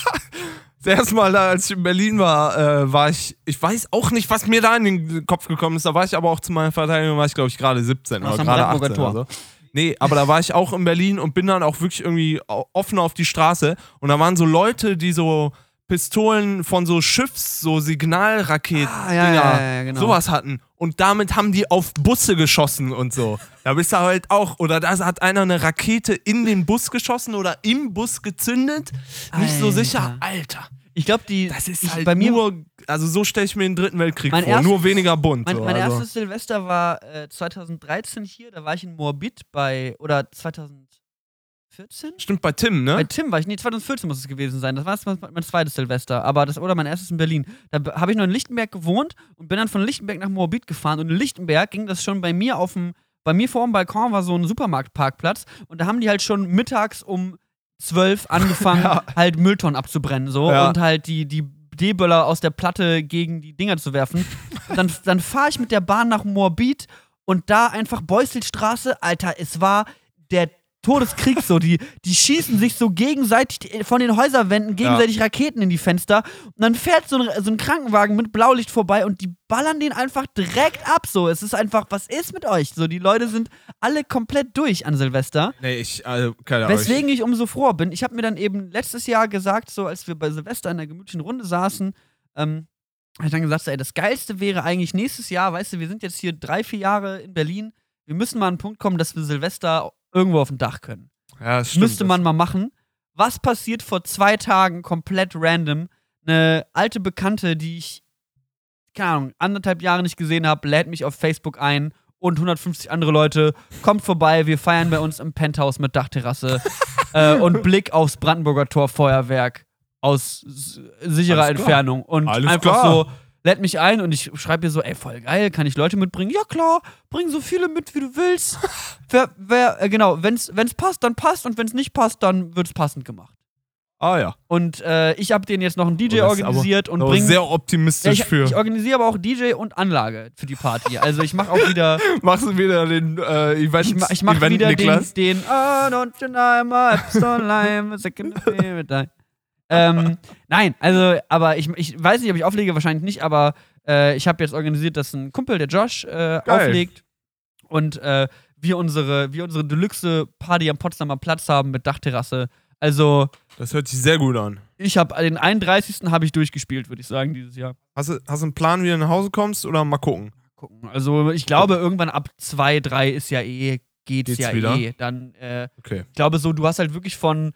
Das erste Mal, als ich in Berlin war ich weiß auch nicht, was mir da in den Kopf gekommen ist, da war ich aber auch zu meiner Verteidigung, war ich glaube ich gerade 17 oder gerade 18 oder so. Nee, aber da war ich auch in Berlin und bin dann auch wirklich irgendwie offen auf die Straße und da waren so Leute, die so Pistolen von so so Signalraketen-Dinger, genau. sowas hatten. Und damit haben die auf Busse geschossen und so. Da bist du halt auch, oder da hat einer eine Rakete in den Bus geschossen oder im Bus gezündet. Nicht so sicher. Alter. Ich glaube, das ist halt bei mir nur, also so stelle ich mir den Dritten Weltkrieg vor, nur weniger bunt. Mein erstes Silvester war 2013 hier, da war ich in Moabit oder 2014 2014? Stimmt, bei Tim, ne? Bei Tim war ich, 2014 muss es gewesen sein. Das war mein zweites Silvester, aber oder mein erstes in Berlin. Da habe ich noch in Lichtenberg gewohnt und bin dann von Lichtenberg nach Moabit gefahren. Und in Lichtenberg ging das schon bei mir vor dem Balkon war so ein Supermarktparkplatz und da haben die halt schon mittags um 12 angefangen, halt Mülltonnen abzubrennen so und halt die D-Böller aus der Platte gegen die Dinger zu werfen. Und dann fahre ich mit der Bahn nach Moabit und da einfach Beuselstraße, Alter, es war der Todeskrieg so. Die schießen sich so gegenseitig von den Häuserwänden gegenseitig Raketen in die Fenster und dann fährt so ein Krankenwagen mit Blaulicht vorbei und die ballern den einfach direkt ab so. Es ist einfach, was ist mit euch? So, die Leute sind alle komplett durch an Silvester. Nee, keine Ahnung. Weswegen ich umso froher bin. Ich habe mir dann eben letztes Jahr gesagt, so als wir bei Silvester in der gemütlichen Runde saßen, habe ich dann gesagt, ey, das Geilste wäre eigentlich nächstes Jahr, weißt du, wir sind jetzt hier 3-4 Jahre in Berlin, wir müssen mal an einen Punkt kommen, dass wir Silvester irgendwo auf dem Dach können. Ja, das stimmt. Müsste man mal machen. Was passiert vor 2 Tagen komplett random? Eine alte Bekannte, die ich, keine Ahnung, 1,5 Jahre nicht gesehen habe, lädt mich auf Facebook ein und 150 andere Leute, kommt vorbei, wir feiern bei uns im Penthouse mit Dachterrasse und Blick aufs Brandenburger Tor Feuerwerk aus sicherer Entfernung. Und einfach so, lädt mich ein und ich schreibe ihr so, ey, voll geil, kann ich Leute mitbringen? Ja klar, bring so viele mit, wie du willst. Genau, wenn's passt, dann passt und wenn's nicht passt, dann wird's passend gemacht. Ah ja. Und ich habe denen jetzt noch einen DJ organisiert und bringe sehr optimistisch für. Ich organisiere aber auch DJ und Anlage für die Party. Also ich mache auch wieder. Machst du wieder den Event? Ich mache wieder den don't deny my pistol lime, second with nein, also, aber ich weiß nicht, ob ich auflege, wahrscheinlich nicht, aber ich habe jetzt organisiert, dass ein Kumpel, der Josh, auflegt und wir unsere Deluxe-Party am Potsdamer Platz haben mit Dachterrasse. Also. Das hört sich sehr gut an. Ich habe den 31. habe ich durchgespielt, würde ich sagen, dieses Jahr. Hast du einen Plan, wie du nach Hause kommst oder mal gucken? Also, ich glaube, irgendwann ab 2, 3 ist ja geht's ja wieder? Dann, okay. Ich glaube so, du hast halt wirklich von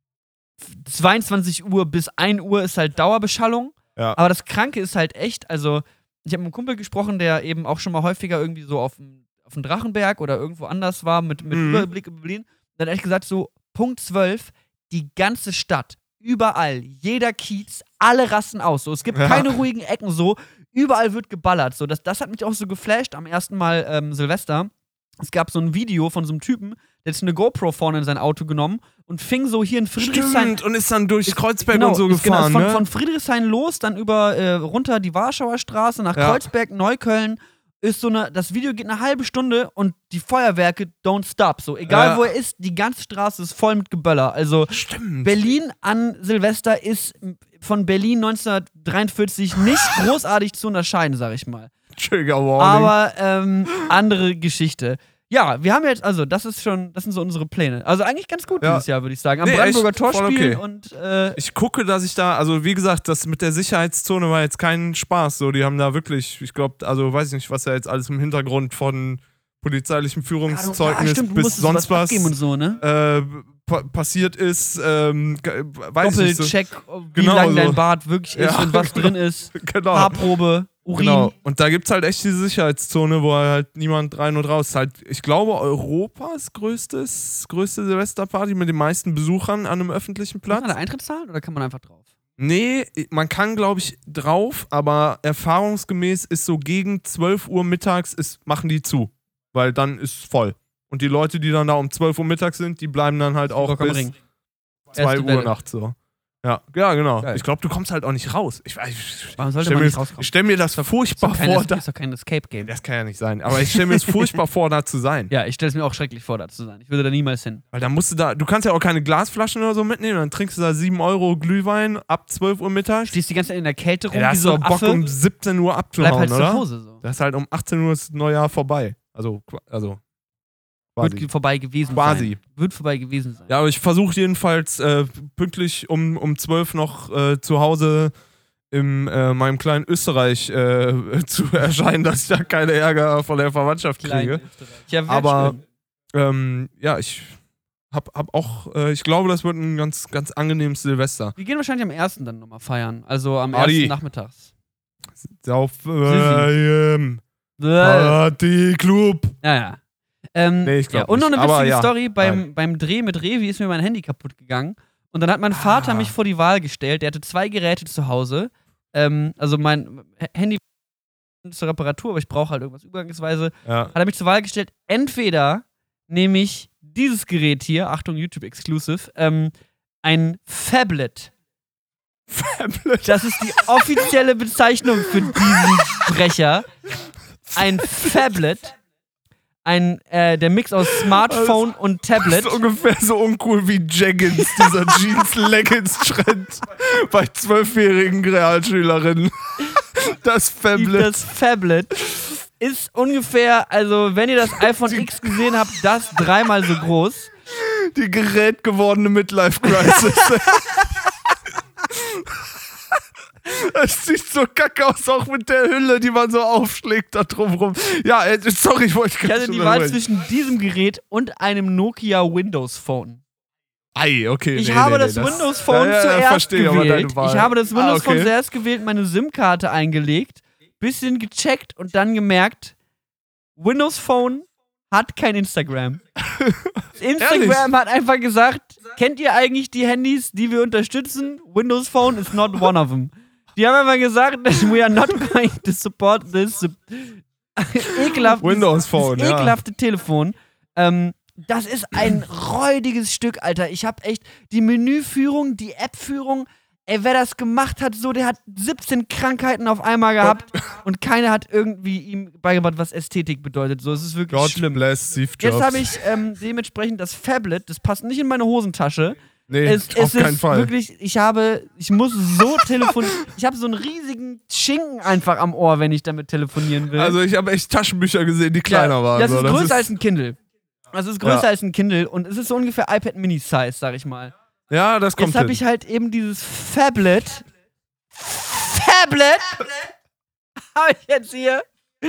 22 Uhr bis 1 Uhr ist halt Dauerbeschallung. Ja. Aber das Kranke ist halt echt, also ich habe mit einem Kumpel gesprochen, der eben auch schon mal häufiger irgendwie so auf dem Drachenberg oder irgendwo anders war mit Überblick über Berlin. Dann hat er echt gesagt, so Punkt 12, die ganze Stadt, überall, jeder Kiez, alle rasten aus. So, es gibt keine ruhigen Ecken so, überall wird geballert. So, das hat mich auch so geflasht am ersten Mal Silvester. Es gab so ein Video von so einem Typen, der hat eine GoPro vorne in sein Auto genommen und fing so hier in Friedrichshain. Stimmt, und ist dann durch Kreuzberg und so gefahren, genau, von Friedrichshain los, dann runter die Warschauer Straße nach Kreuzberg, Neukölln. Ist das Video geht eine halbe Stunde und die Feuerwerke don't stop. So, egal wo er ist, die ganze Straße ist voll mit Geböller. Also, Berlin an Silvester ist von Berlin 1943 nicht großartig zu unterscheiden, sag ich mal. Trigger Warning. Aber andere Geschichte. Ja, wir haben jetzt, also das sind so unsere Pläne. Also eigentlich ganz gut dieses Jahr, würde ich sagen. Am Brandenburger Tor spielen und ich gucke, dass ich da, also wie gesagt, das mit der Sicherheitszone war jetzt kein Spaß. So, die haben da wirklich, ich glaube, also weiß ich nicht, was da jetzt alles im Hintergrund von polizeilichem Führungszeugnis bis sonst was und so, ne? passiert ist. Weiß Doppelcheck, so. Wie lang dein Bart wirklich ist und was drin ist. Genau. Haarprobe. Urin. Genau. Und da gibt's halt echt diese Sicherheitszone, wo halt niemand rein und raus. Halt, ich glaube, Europas größte Silvesterparty mit den meisten Besuchern an einem öffentlichen Platz. Kann man da Eintritt zahlen oder kann man einfach drauf? Nee, man kann, glaube ich, drauf, aber erfahrungsgemäß ist so gegen 12 Uhr mittags machen die zu. Weil dann ist voll. Und die Leute, die dann da um 12 Uhr mittags sind, die bleiben dann halt auch bis 2 Uhr nachts so. Ja, genau. Geil. Ich glaube, du kommst halt auch nicht raus. Warum sollte man nicht rauskommen? Ich stelle mir das furchtbar vor. Das ist doch kein Escape-Game. Das kann ja nicht sein. Aber ich stelle mir es furchtbar vor, da zu sein. Ja, ich stelle es mir auch schrecklich vor, da zu sein. Ich würde da niemals hin. Weil dann du kannst ja auch keine Glasflaschen oder so mitnehmen. Dann trinkst du da 7 Euro Glühwein ab 12 Uhr mittags. Stehst die ganze Zeit in der Kälte rum, wie so ein Affe. Bock um 17 Uhr abzuhauen, Bleib halt oder? Zu Hause so. Das ist halt um 18 Uhr ist das Neujahr vorbei. Also wird vorbei gewesen sein. Wird vorbei gewesen sein. Ja, aber ich versuche jedenfalls pünktlich um 12 noch zu Hause in meinem kleinen Österreich zu erscheinen, dass ich da keine Ärger von der Verwandtschaft kriege. Ja, aber ich hab auch, ich glaube, das wird ein ganz, ganz angenehmes Silvester. Wir gehen wahrscheinlich am 1. dann nochmal feiern. Also am 1. nachmittags. Partyclub. Ja. Nee, ich glaube und noch eine nicht. Aber witzige ja. Story, beim Dreh mit Revi ist mir mein Handy kaputt gegangen. Und dann hat mein Vater mich vor die Wahl gestellt. Der hatte 2 Geräte zu Hause. Also mein Handy zur Reparatur, aber ich brauche halt irgendwas übergangsweise. Ja. Hat er mich zur Wahl gestellt, entweder nehme ich dieses Gerät hier, Achtung, YouTube Exclusive, ein Phablet. Phablet. Das ist die offizielle Bezeichnung für diesen Brecher. Ein Phablet. Der Mix aus Smartphone und Tablet. Das ist ungefähr so uncool wie Jaggins, dieser Jeans-Leggings-Trend bei 12-jährigen Realschülerinnen. Das Phablet. Das Phablet ist ungefähr, also wenn ihr das iPhone X gesehen habt, das 3-mal so groß. Die gerätgewordene Midlife-Crisis. Es sieht so kacke aus, auch mit der Hülle, die man so aufschlägt da drumrum. Ja, sorry, ich wollte Ich hatte die Wahl zwischen diesem Gerät und einem Nokia Windows Phone. Ei, okay. Ich habe das Windows Phone zuerst gewählt. Ich habe das Windows Phone zuerst gewählt, meine SIM-Karte eingelegt, bisschen gecheckt und dann gemerkt, Windows Phone hat kein Instagram. Instagram hat einfach gesagt, kennt ihr eigentlich die Handys, die wir unterstützen? Windows Phone is not one of them. Die haben einfach gesagt, we are not going to support this ekelhafte Telefon. Das ist ein räudiges Stück, Alter. Ich hab echt die Menüführung, die Appführung. Ey, wer das gemacht hat, so, der hat 17 Krankheiten auf einmal gehabt und keiner hat irgendwie ihm beigebracht, was Ästhetik bedeutet. So, es ist wirklich schlimm. Bless Steve Jobs. Jetzt habe ich dementsprechend das Phablet, das passt nicht in meine Hosentasche. Nee, auf keinen Fall. Wirklich, ich muss so telefonieren. Ich habe so einen riesigen Schinken einfach am Ohr, wenn ich damit telefonieren will. Also ich habe echt Taschenbücher gesehen, die kleiner waren. Das ist größer als ein Kindle. Das ist größer als ein Kindle und es ist so ungefähr iPad Mini-Size, sag ich mal. Ja, das kommt Jetzt habe ich halt eben dieses Phablet habe ich jetzt hier.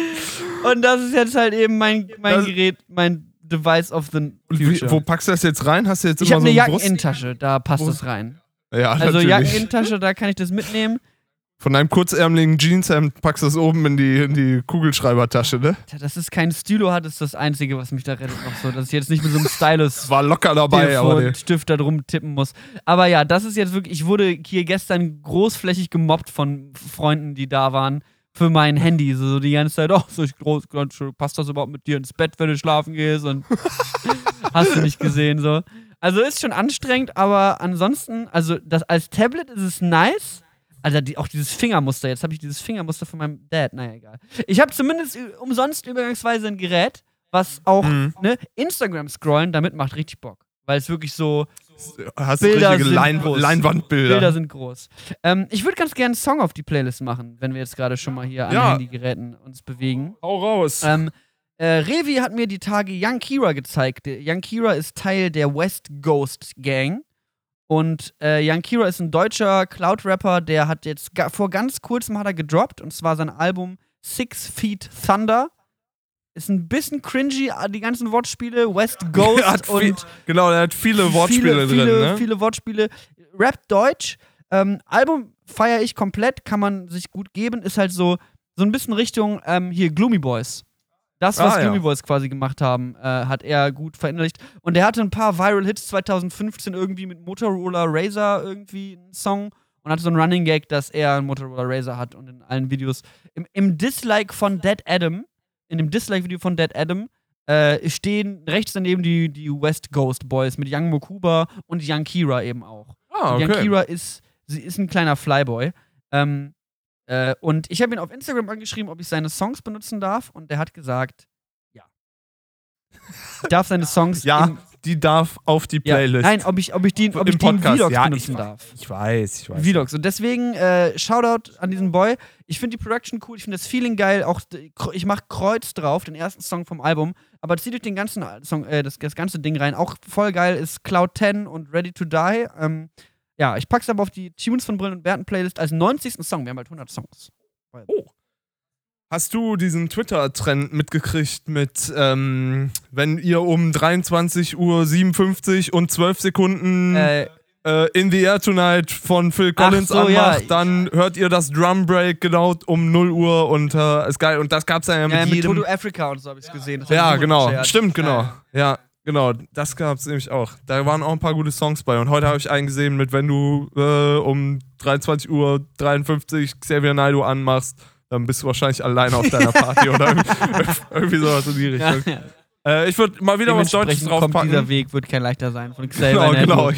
Und das ist jetzt halt eben mein Gerät, mein Device of the Future. Wo packst du das jetzt rein? Hast du jetzt Ich habe eine Jackeninnentasche, da passt das rein. Ja, also natürlich. Jackeninnentasche, da kann ich das mitnehmen. Von deinem kurzärmeligen Jeanshemd packst du das oben in die Kugelschreibertasche, ne? Dass es kein Stylo hat, ist das Einzige, was mich da rettet noch so. Dass ich jetzt nicht mit so einem Stylus war locker dabei, aber Stift da drum tippen muss. Aber ja, das ist jetzt wirklich, ich wurde hier gestern großflächig gemobbt von Freunden, die da waren, für mein Handy. So die ganze Zeit, passt das überhaupt mit dir ins Bett, wenn du schlafen gehst? Und hast du nicht gesehen, so. Also ist schon anstrengend, aber ansonsten, also als Tablet ist es nice. Also auch dieses Fingermuster, jetzt habe ich dieses Fingermuster von meinem Dad, naja, egal. Ich habe zumindest umsonst übergangsweise ein Gerät, was auch Instagram scrollen, damit macht richtig Bock. Weil es wirklich so hast Bilder richtige sind groß. Leinwandbilder. Bilder sind groß. Ich würde ganz gerne einen Song auf die Playlist machen, wenn wir jetzt gerade schon mal hier an Handygeräten uns bewegen. Hau raus. Revi hat mir die Tage Young Kira gezeigt. Young Kira ist Teil der West Ghost Gang. Und Young Kira ist ein deutscher Cloud-Rapper, der hat jetzt vor ganz kurzem hat er gedroppt, und zwar sein Album 6 Feet Thunder. Ist ein bisschen cringy, die ganzen Wortspiele, West Ghost genau, er hat viele Wortspiele drin, ne? Viele Wortspiele. Rap Deutsch. Album feiere ich komplett, kann man sich gut geben, ist halt so ein bisschen Richtung hier Gloomy Boys. Das, was Gloomy Boys quasi gemacht haben, hat er gut verinnerlicht. Und er hatte ein paar Viral Hits 2015 irgendwie mit Motorola Razr irgendwie einen Song und hatte so einen Running Gag, dass er einen Motorola Razr hat, und in allen Videos. Im Dislike von Dead Adam, in dem Dislike-Video von Dead Adam, stehen rechts daneben die West Ghost Boys mit Young Mokuba und Young Kira eben auch. Ah, okay. Young Kira ist ein kleiner Flyboy. Und ich habe ihn auf Instagram angeschrieben, ob ich seine Songs benutzen darf, und der hat gesagt, ja. Ich darf seine Songs die darf auf die Playlist. Nein, ob ich die in Vlogs benutzen darf. Ich weiß. Vlogs. Und deswegen Shoutout an diesen Boy. Ich finde die Production cool, ich finde das Feeling geil. Auch ich mache Kreuz drauf, den ersten Song vom Album. Aber zieht euch den ganzen Song, das ganze Ding rein. Auch voll geil ist Cloud 10 und Ready to Die. Ja, ich pack's aber auf die Tunes von Brillen und Berten Playlist als 90. Song. Wir haben halt 100 Songs. Oh. Hast du diesen Twitter-Trend mitgekriegt mit, wenn ihr um 23:57 und 12 Sekunden In the Air Tonight von Phil Collins anmacht, dann hört ihr das Drum Break genau um 0 Uhr und ist geil. Und das gab's ja mit jedem... Toto Africa und so habe ich gesehen. Ja, genau. Stimmt, genau. Ja, genau. Das gab's nämlich auch. Da waren auch ein paar gute Songs bei. Und heute habe ich einen gesehen mit, wenn du um 23:53 Uhr Xavier Naidoo anmachst, dann bist du wahrscheinlich alleine auf deiner Party oder irgendwie sowas in die Richtung. Ja. Ich würde mal wieder was Deutsches draufpacken. Dieser Weg wird kein leichter sein von Xavier Naidoo.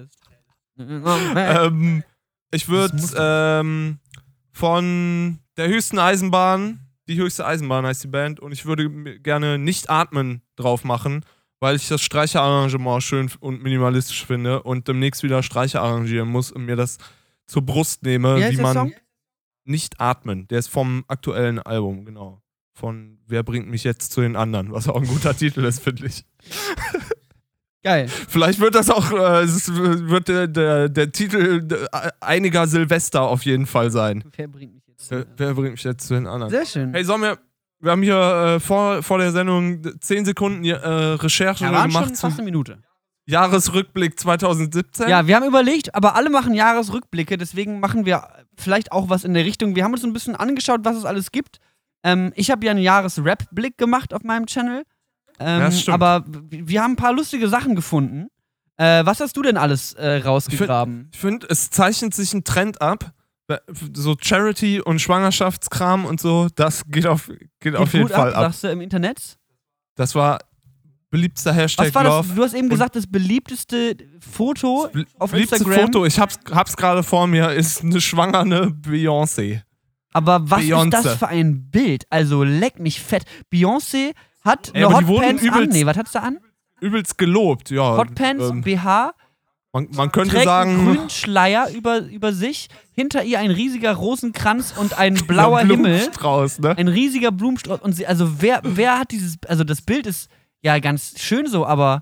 Ich würde von der höchsten Eisenbahn, die höchste Eisenbahn heißt die Band, und ich würde gerne Nicht atmen drauf machen, weil ich das Streicherarrangement schön und minimalistisch finde und demnächst wieder Streicher arrangieren muss und mir das zur Brust nehme, wie man Song? Nicht atmen. Der ist vom aktuellen Album, genau. Von Wer bringt mich jetzt zu den anderen, was auch ein guter Titel ist, finde ich. Geil. Vielleicht wird das auch wird der Titel einiger Silvester auf jeden Fall sein. Wer bringt mich jetzt? Wer bringt mich jetzt zu den anderen? Sehr schön. Hey, wir haben hier vor der Sendung 10 Sekunden Recherche gemacht. Schon fast eine Minute. Jahresrückblick 2017. Ja, wir haben überlegt, aber alle machen Jahresrückblicke, deswegen machen wir vielleicht auch was in der Richtung. Wir haben uns ein bisschen angeschaut, was es alles gibt. Ich habe ja einen Jahresrap-Blick gemacht auf meinem Channel. Aber wir haben ein paar lustige Sachen gefunden. Was hast du denn alles rausgegraben? Ich finde, es zeichnet sich ein Trend ab. So Charity und Schwangerschaftskram und so, das geht auf jeden Fall ab. Sagst du im Internet? Das war beliebtester Hashtag Was war Love. das? Du hast eben gesagt, das beliebteste Foto auf Instagram. Foto, ich hab's gerade vor mir, ist eine schwangere Beyoncé. Aber was ist das für ein Bild? Also leck mich fett. Beyoncé hat eine Hotpants an. Nee, was hat's da an? Übelst gelobt, ja. Hotpants, BH. Man könnte trägt sagen, einen grünen Schleier über sich, hinter ihr ein riesiger Rosenkranz und ein blauer Himmel. Ne? Ein riesiger Blumenstrauß. Und sie, also wer hat dieses, also das Bild ist ja ganz schön so, aber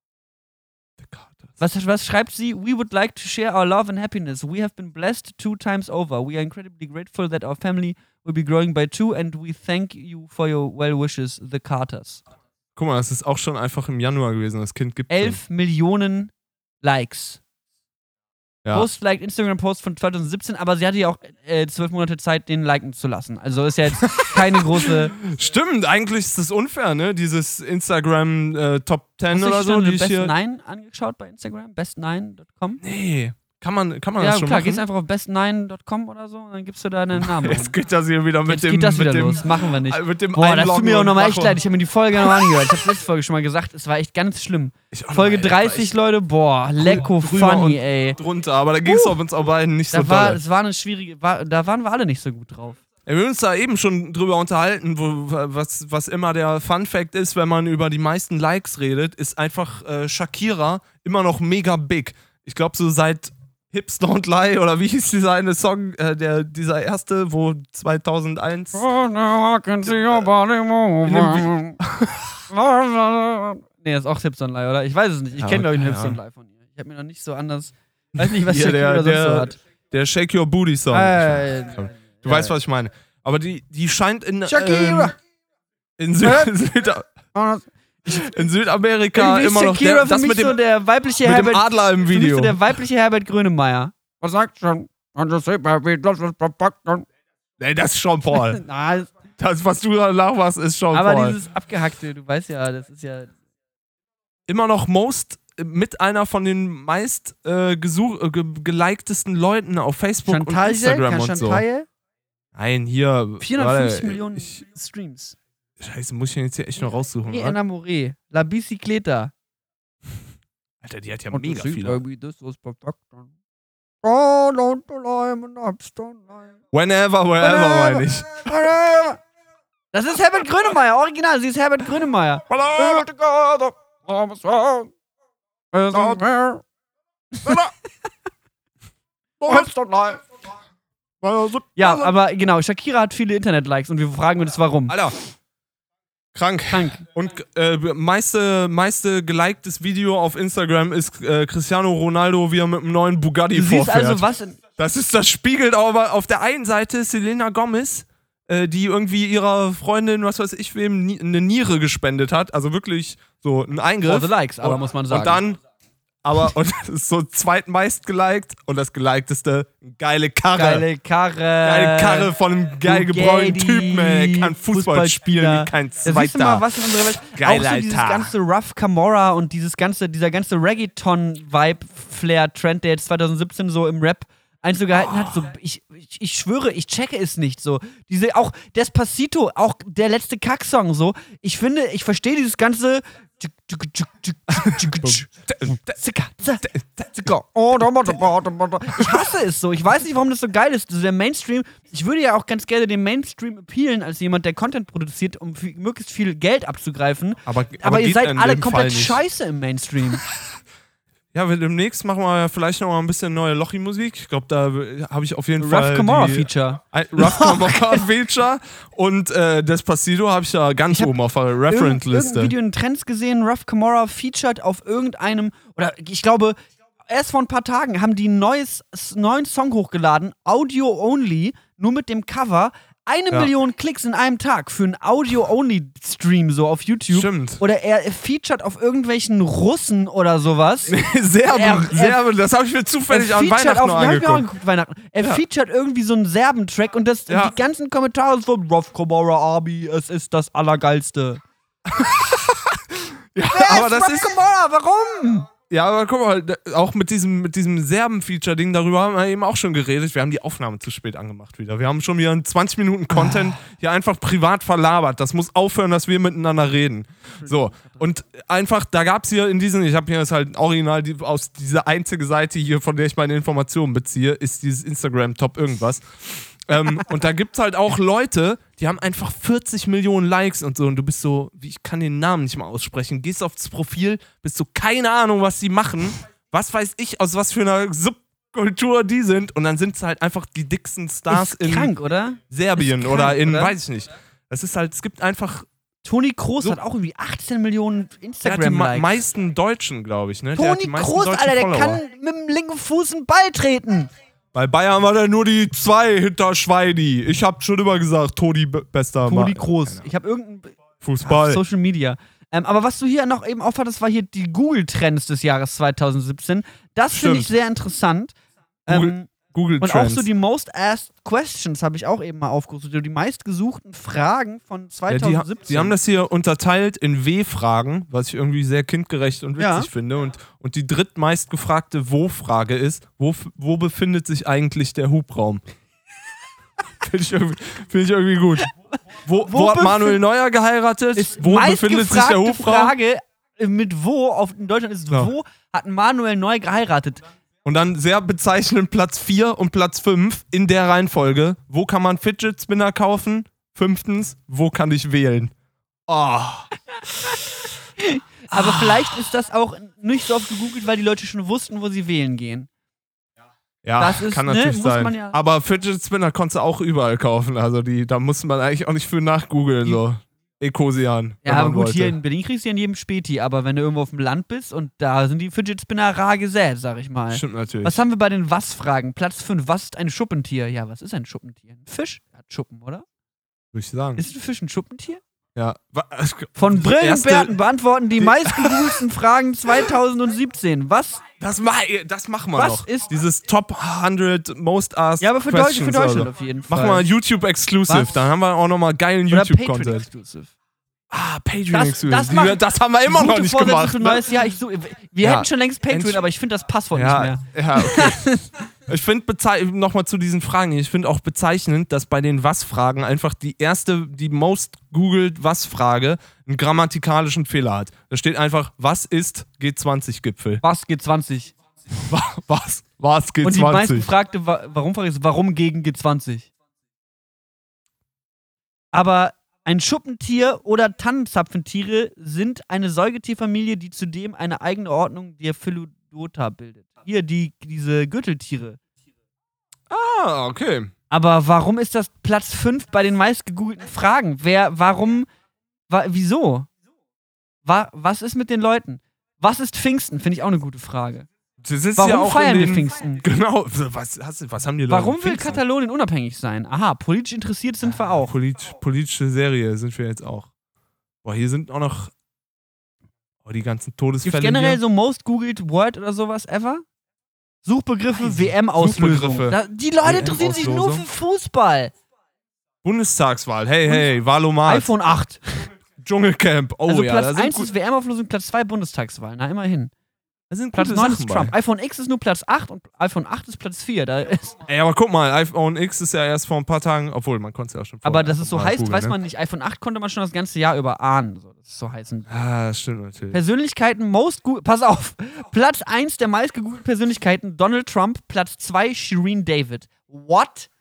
was schreibt sie? We would like to share our love and happiness. We have been blessed 2 times over. We are incredibly grateful that our family will be growing by 2 and we thank you for your well wishes, the Carters. Guck mal, das ist auch schon einfach im Januar gewesen. Das Kind gibt 11 Millionen Likes. Ja. Post-liked Instagram-Post von 2017, aber sie hatte ja auch 12 Monate Zeit, den liken zu lassen. Also ist ja jetzt keine große... Stimmt, eigentlich ist das unfair, ne? Dieses Instagram Top 10 oder so. Hast du Best 9 angeschaut bei Instagram? Best9.com? Nee. Kann man das schon klar, machen? Ja, gehst einfach auf best9.com oder so und dann gibst du da deinen Namen. Jetzt geht das hier wieder mit dem... Jetzt geht das wieder los, machen wir nicht. Mit dem Boah, das tut mir auch nochmal echt leid. Ich habe mir die Folge noch angehört. Ich habe letzte Folge schon mal gesagt, es war echt ganz schlimm. Folge 30, Leute, boah, lecko funny, ey. Drunter, aber da ging es auf uns auch beiden nicht so doll. Es war eine schwierige... da waren wir alle nicht so gut drauf. Ja, wir haben uns da eben schon drüber unterhalten, was immer der Fun-Fact ist, wenn man über die meisten Likes redet, ist einfach Shakira immer noch mega big. Ich glaube, so seit Hips Don't Lie, oder wie hieß dieser eine Song, dieser erste, wo 2001... Oh, no, I can see your body moving. Nee, das ist auch Hips Don't Lie, oder? Ich weiß es nicht. Ich kenne, glaube ich, einen Hips Don't Lie von ihr. Ich habe mir noch nicht so anders... Weiß nicht, was Shakira sonst so hat. Der Shake Your Booty Song. Du weißt, was ich meine. Aber die scheint in... Shakira! In Südamerika immer noch das mit dem, so der weibliche mit Herbert, dem Adler im Video. So der weibliche Herbert Grönemeyer. Was sagt schon? Nee, das ist Sean Paul. Das, was du da nachmachst, ist Sean Paul. Aber dieses Abgehackte, du weißt ja, das ist ja... Immer noch mit einer von den meist geliktesten Leuten auf Facebook und Instagram und so. Nein, hier... 450 Millionen Streams. Scheiße, muss ich den jetzt hier echt noch raussuchen, oder? Enamoré, La Bicicleta. Alter, die hat ja mega viele. Whenever, wherever, meine ich. Das ist Herbert Grönemeyer, original, sie ist Herbert Grönemeyer. Ja, aber genau, Shakira hat viele Internet-Likes und wir fragen uns, warum. Alter. Krank. Und meiste geliktes Video auf Instagram ist Cristiano Ronaldo, wie er mit einem neuen Bugatti vorfährt. Also das spiegelt aber auf der einen Seite Selena Gomez, die irgendwie ihrer Freundin, was weiß ich wem, eine Niere gespendet hat. Also wirklich so ein Eingriff. For the likes, aber muss man sagen. Und dann Aber und das ist so zweitmeist geliked und das gelikedeste, geile Karre. Geile Karre Von einem geil gebräunten Typen, ey. Der kann Fußball spielen wie kein Da siehst du mal, Zweiter. was in unserer Welt. Geil, auch so dieses Alter. ganze Rough Camorra und dieser ganze Reggaeton-Vibe-Flair-Trend, der jetzt 2017 so im Rap Einzug gehalten hat. So, ich schwöre, ich checke es nicht so. Auch Despacito, auch der letzte Kacksong so. Ich finde, ich verstehe dieses ganze ich hasse es so. Ich weiß nicht, warum das so geil ist. Also der Mainstream, ich würde ja auch ganz gerne dem Mainstream appealen, als jemand, der Content produziert, um möglichst viel Geld abzugreifen. Aber ihr geht seid in alle dem komplett Fall nicht. scheiße im Mainstream. Ja, demnächst machen wir vielleicht noch mal ein bisschen neue Lochi-Musik. Ich glaube, da habe ich auf jeden Fall Rough Camorra Feature. Rough Camorra Feature und Despacito habe ich ja ganz oben auf der Reference-Liste. Irgendein Video in Trends gesehen, Rough Camorra featured auf irgendeinem, oder ich glaube, erst vor ein paar Tagen haben die einen neuen Song hochgeladen, Audio Only, nur mit dem Cover. 1 Million Klicks in einem Tag für einen Audio-Only-Stream so auf YouTube. Stimmt. Oder er featured auf irgendwelchen Russen oder sowas. Serben, das habe ich mir zufällig an Weihnachten noch angeguckt. Er featured irgendwie so einen Serben-Track und die ganzen Kommentare so, Rough Camorra Abi, es ist das Allergeilste. Aber das ist Camorra, warum? Ja, aber guck mal, auch mit diesem Serben-Feature-Ding, darüber haben wir eben auch schon geredet. Wir haben die Aufnahme zu spät angemacht wieder. Wir haben schon wieder 20 Minuten Content hier einfach privat verlabert. Das muss aufhören, dass wir miteinander reden. So, und einfach, da gab es hier ich habe hier das halt original, aus dieser einzige Seite hier, von der ich meine Informationen beziehe, ist dieses Instagram-Top irgendwas. Und da gibt's halt auch Leute, die haben einfach 40 Millionen Likes und so. Und du bist so, ich kann den Namen nicht mal aussprechen. Gehst aufs Profil, bist so, keine Ahnung, was die machen. Was weiß ich, aus was für einer Subkultur die sind. Und dann sind es halt einfach die dicksten Stars ist krank, oder? Serbien krank, oder in, oder? weiß ich nicht. Es ist halt, es gibt einfach. Toni Kroos hat auch irgendwie 18 Millionen Der hat die Instagram-Likes. meisten Deutschen, glaube ich. Ne? Toni Kroos, Alter, der kann mit dem linken Fuß einen Ball treten. Bei Bayern war der nur die 2 hinter Schweini. Ich hab schon immer gesagt, Toni bester Toni Kroos. Ich habe irgendein Fußball. Social Media. Aber was du hier noch eben aufhattest, war hier die Google-Trends des Jahres 2017. Das finde ich sehr interessant. Google und Trends. auch so die Most Asked Questions habe ich auch eben mal aufgerufen. So die meistgesuchten Fragen von 2017. Die haben das hier unterteilt in W-Fragen, was ich irgendwie sehr kindgerecht und witzig finde. Und die drittmeist gefragte Wo-Frage ist, wo befindet sich eigentlich der Hubraum? Finde ich irgendwie gut. Wo hat Manuel Neuer geheiratet? Wo befindet sich der Hubraum? Frage mit wo in Deutschland ist, wo hat Manuel Neuer geheiratet? Und dann sehr bezeichnend Platz 4 und Platz 5 in der Reihenfolge. Wo kann man Fidget Spinner kaufen? 5. Wo kann ich wählen? Oh. Aber vielleicht ist das auch nicht so oft gegoogelt, weil die Leute schon wussten, wo sie wählen gehen. Ja, das ist, kann natürlich muss sein. man ja Aber Fidget Spinner konntest du auch überall kaufen. Also da musste man eigentlich auch nicht für nachgoogeln. So. Ecosian. Ja, aber gut, hier in Berlin kriegst du ja in jedem Späti, aber wenn du irgendwo auf dem Land bist und da sind die Fidget Spinner rar gesät, sag ich mal. Stimmt natürlich. Was haben wir bei den Was-Fragen? Platz 5, was ist ein Schuppentier? Ja, was ist ein Schuppentier? Ein Fisch hat Schuppen, oder? Würde ich sagen. Ist ein Fisch ein Schuppentier? Ja. Von Brillenbärten beantworten die meistgegoogelten Fragen 2017. Was? Das machen wir noch. Ist dieses Top 100 Most Asked Ja, aber für Questions Deutschland auf jeden Fall. Machen wir YouTube Exclusive. Dann haben wir auch nochmal geilen YouTube-Content. Exclusive. Patreon Exclusive. Das haben wir immer noch nicht gemacht. Für neues Jahr. Wir hätten schon längst Patreon, aber ich finde das Passwort nicht mehr. Ja, okay. Ich finde, nochmal zu diesen Fragen, ich finde auch bezeichnend, dass bei den Was-Fragen einfach die most googled Was-Frage einen grammatikalischen Fehler hat. Da steht einfach, was ist G20-Gipfel? Was G20? Was G20? Und die meistgefragte Warum-Frage ist, warum gegen G20? Aber ein Schuppentier oder Tannenzapfentiere sind eine Säugetierfamilie, die zudem eine eigene Ordnung der Phyllodota bildet. Hier, diese Gürteltiere. Ah, okay. Aber warum ist das Platz 5 bei den meistgegoogelten Fragen? Wieso? Was ist mit den Leuten? Was ist Pfingsten? Finde ich auch eine gute Frage. Warum feiern wir Pfingsten? Genau, was haben die Leute? Warum will Katalonien unabhängig sein? Aha, politisch interessiert sind wir auch. Politische Serie sind wir jetzt auch. Boah, hier sind auch noch Oh, die ganzen Gibt Todesfälle es generell hier. so Most Googled Word oder sowas ever? Suchbegriffe, WM-Auslösung. Suchbegriffe. Die Leute interessieren sich nur für Fußball. Bundestagswahl. Hey, Wahlomat. iPhone 8. Dschungelcamp. Oh Also ja, Platz da sind 1 ist WM-Auflösung, Platz 2 Bundestagswahl. Na, immerhin. da sind Platz gute 9 Sachen ist Trump. bei. iPhone X ist nur Platz 8 und iPhone 8 ist Platz 4. Da ist Ey, aber guck mal, iPhone X ist ja erst vor ein paar Tagen, obwohl man konnte es ja auch schon vorher. aber dass es so mal heißt, googeln, weiß ne? man nicht. iPhone 8 konnte man schon das ganze Jahr über ahnen. So, das ist so heißen. Ah, das stimmt natürlich. Persönlichkeiten, pass auf. Platz 1 der meistgegoogelten Persönlichkeiten, Donald Trump. Platz 2, Shireen David. What?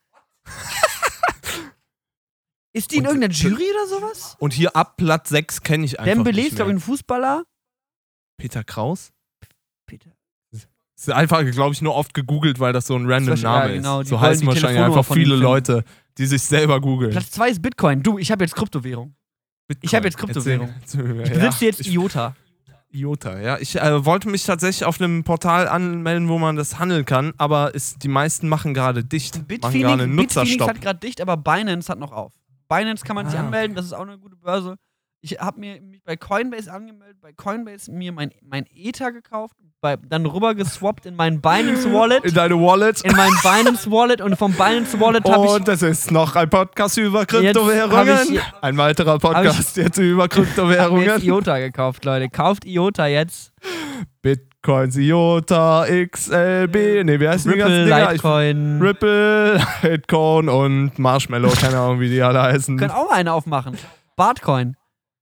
Ist die in Und- irgendeiner Jury oder sowas? Und hier ab Platz 6 kenne ich einfach Dembele ist, nicht glaube mehr. ich, ein Fußballer. Peter Kraus? Peter. Das ist einfach, glaube ich, nur oft gegoogelt, weil das so ein random Das war- Name ja, ist. genau, die So wollen heißen die wahrscheinlich Telefonnummer einfach von ihm viele finden. Leute, die sich selber googeln. Platz 2 ist Bitcoin. Du, ich habe jetzt Kryptowährung. Ich habe jetzt Kryptowährung. Ich besitze jetzt IOTA. IOTA, ja. Ich wollte mich tatsächlich auf einem Portal anmelden, wo man das handeln kann, aber die meisten machen gerade dicht. Machen Bitfinex, gerade einen Bitfinex Nutzerstopp. hat gerade dicht, aber Binance hat noch auf. Binance kann man sich Ah, anmelden, das ist auch eine gute Börse. Ich habe mich bei Coinbase angemeldet, bei Coinbase mir mein Ether gekauft, dann rüber geswappt in meinen Binance Wallet. In deine Wallet. In meinen Binance Wallet und vom Binance Wallet habe ich. Und das ist noch ein Podcast über Jetzt hab Kryptowährungen. ich- Ein weiterer Podcast jetzt über hab mir Kryptowährungen. jetzt IOTA gekauft, Leute. Kauft IOTA jetzt. Bitcoins, IOTA, XLB, nee, wie heißen die ganzen Ripple, Dinger? Litecoin. Ripple, Litecoin und Marshmallow, keine Ahnung, wie die alle heißen. Können auch mal eine aufmachen. Bartcoin.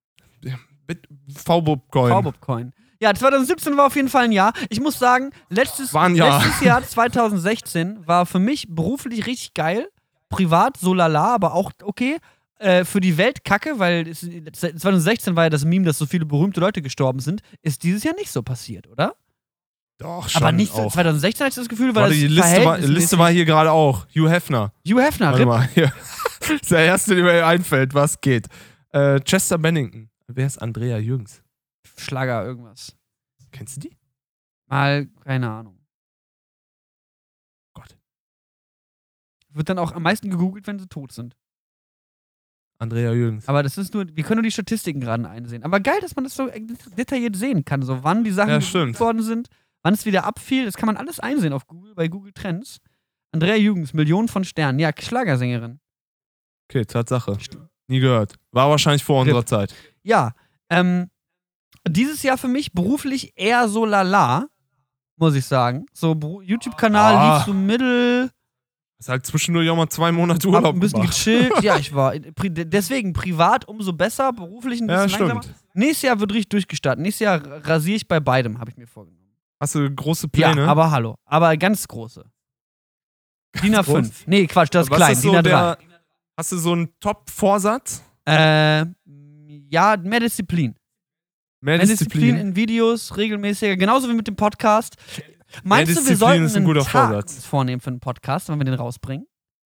VBubCoin. VBubCoin. Ja, 2017 war auf jeden Fall ein Jahr. Ich muss sagen, letztes Jahr 2016 war für mich beruflich richtig geil. Privat so lala, aber auch okay. Für die Welt kacke, weil 2016 war ja das Meme, dass so viele berühmte Leute gestorben sind. Ist dieses Jahr nicht so passiert, oder? Doch, schon Aber nicht so. auch. 2016 hatte ich das Gefühl, weil Warte, das die Liste war hier gerade auch. Hugh Hefner. Hugh Hefner, Warte RIP. mal, hier. Das ist der erste, der mir einfällt, was geht. Chester Bennington. Wer ist Andrea Jürgens? Schlager, irgendwas. Kennst du die? Mal, keine Ahnung. Gott. Wird dann auch am meisten gegoogelt, wenn sie tot sind. Andrea Jürgens. Aber das ist nur, wir können nur die Statistiken gerade einsehen. Aber geil, dass man das so detailliert sehen kann. So wann die Sachen Ja, gegoogelt stimmt. worden sind, wann es wieder abfiel. Das kann man alles einsehen auf Google, bei Google Trends. Andrea Jürgens, Millionen von Sternen. Ja, Schlagersängerin. Okay, Tatsache. Nie gehört. War wahrscheinlich vor unserer Zeit. Ja, dieses Jahr für mich beruflich eher so lala, muss ich sagen. So YouTube-Kanal lief so mittel, Hast halt zwischendurch auch mal 2 Monate hab Urlaub ein bisschen gemacht. gechillt. Ja, ich war, deswegen privat umso besser, beruflich ein bisschen Ja, langsamer. stimmt. Nächstes Jahr wird richtig durchgestartet. Nächstes Jahr rasiere ich bei beidem, habe ich mir vorgenommen. Hast du große Pläne? Ja, aber hallo. Aber ganz große. DIN A5. groß? Nee, Quatsch, das ist Was klein. ist so DIN A3. hast du so einen Top-Vorsatz? Ja, mehr Disziplin. Mehr Mehr Disziplin in Videos, regelmäßiger. Genauso wie mit dem Podcast. Meinst du, wir Disziplin sollten ist ein einen guter Tag Vorsatz. uns vornehmen für einen Podcast, wenn wir den rausbringen?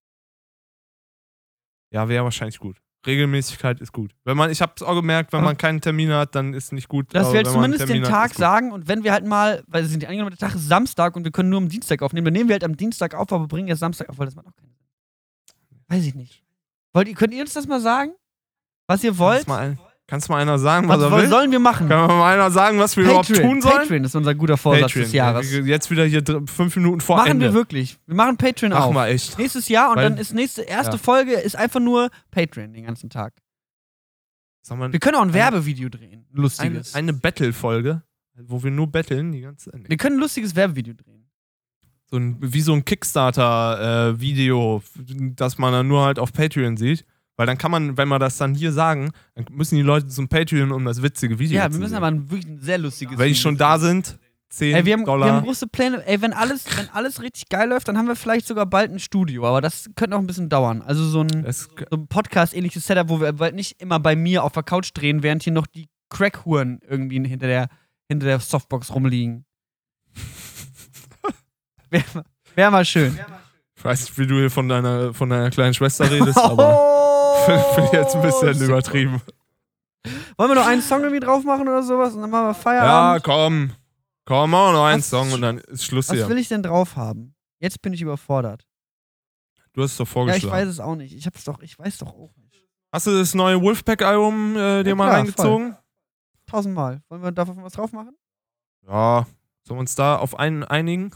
Ja, wäre wahrscheinlich gut. Regelmäßigkeit ist gut. Ich habe es auch gemerkt, wenn Aber- man keinen Termin hat, dann ist nicht gut. Dass aber wir halt wenn man einen zumindest den Termin hat, Tag ist gut. sagen und wenn wir halt mal, weil es sind angenommen, der Tag ist Samstag und wir können nur am Dienstag aufnehmen, dann nehmen wir halt am Dienstag auf, aber bringen erst Samstag auf, weil das macht auch keinen Sinn. Weiß ich nicht. Könnt ihr uns das mal sagen? Was ihr wollt? Kannst du mal einer sagen, was er Was will? sollen wir machen? Kann mal einer sagen, was wir überhaupt tun sollen? Patreon ist unser guter Vorsatz des Jahres. Jetzt wieder hier 5 Minuten vor Machen Ende. wir wirklich. Wir machen Patreon Machen auf. wir echt. Nächstes Jahr und Weil- dann ist erste ja. Folge ist einfach nur Patreon den ganzen Tag. Sag mal, Wir können auch ein Werbevideo drehen. Ein lustiges. eine Battle-Folge, wo wir nur battlen die ganze Zeit. Wir können ein lustiges Werbevideo drehen. Wie so ein Kickstarter-Video, das man dann nur halt auf Patreon sieht. Weil dann kann man, wenn wir das dann hier sagen, dann müssen die Leute zum Patreon, um das witzige Video Ja, zu wir müssen sehen. aber wirklich ein sehr lustiges Wenn die Video schon da sind, 10 Ey, wir haben Dollar. große Pläne. Ey, wenn alles richtig geil läuft, dann haben wir vielleicht sogar bald ein Studio. Aber das könnte noch ein bisschen dauern. Also so ein Podcast-ähnliches Setup, wo wir bald nicht immer bei mir auf der Couch drehen, während hier noch die Crackhuren irgendwie hinter der Softbox rumliegen. Wäre mal schön. Ich weiß nicht, wie du hier von deiner kleinen Schwester redest, aber finde ich jetzt ein bisschen übertrieben. Wollen wir noch einen Song irgendwie drauf machen oder sowas und dann machen wir Ja, Feierabend? komm. Komm, machen wir noch einen Was- Song und dann ist Schluss Was hier. will ich denn drauf haben? Jetzt bin ich überfordert. Du hast es doch Ja, ich vorgeschlagen. weiß es auch nicht. Ich weiß doch auch nicht. Hast du das neue Wolfpack-Album dir mal klar, reingezogen? 1000-mal. Wollen wir davon was drauf machen? Ja, sollen wir uns da auf einen einigen?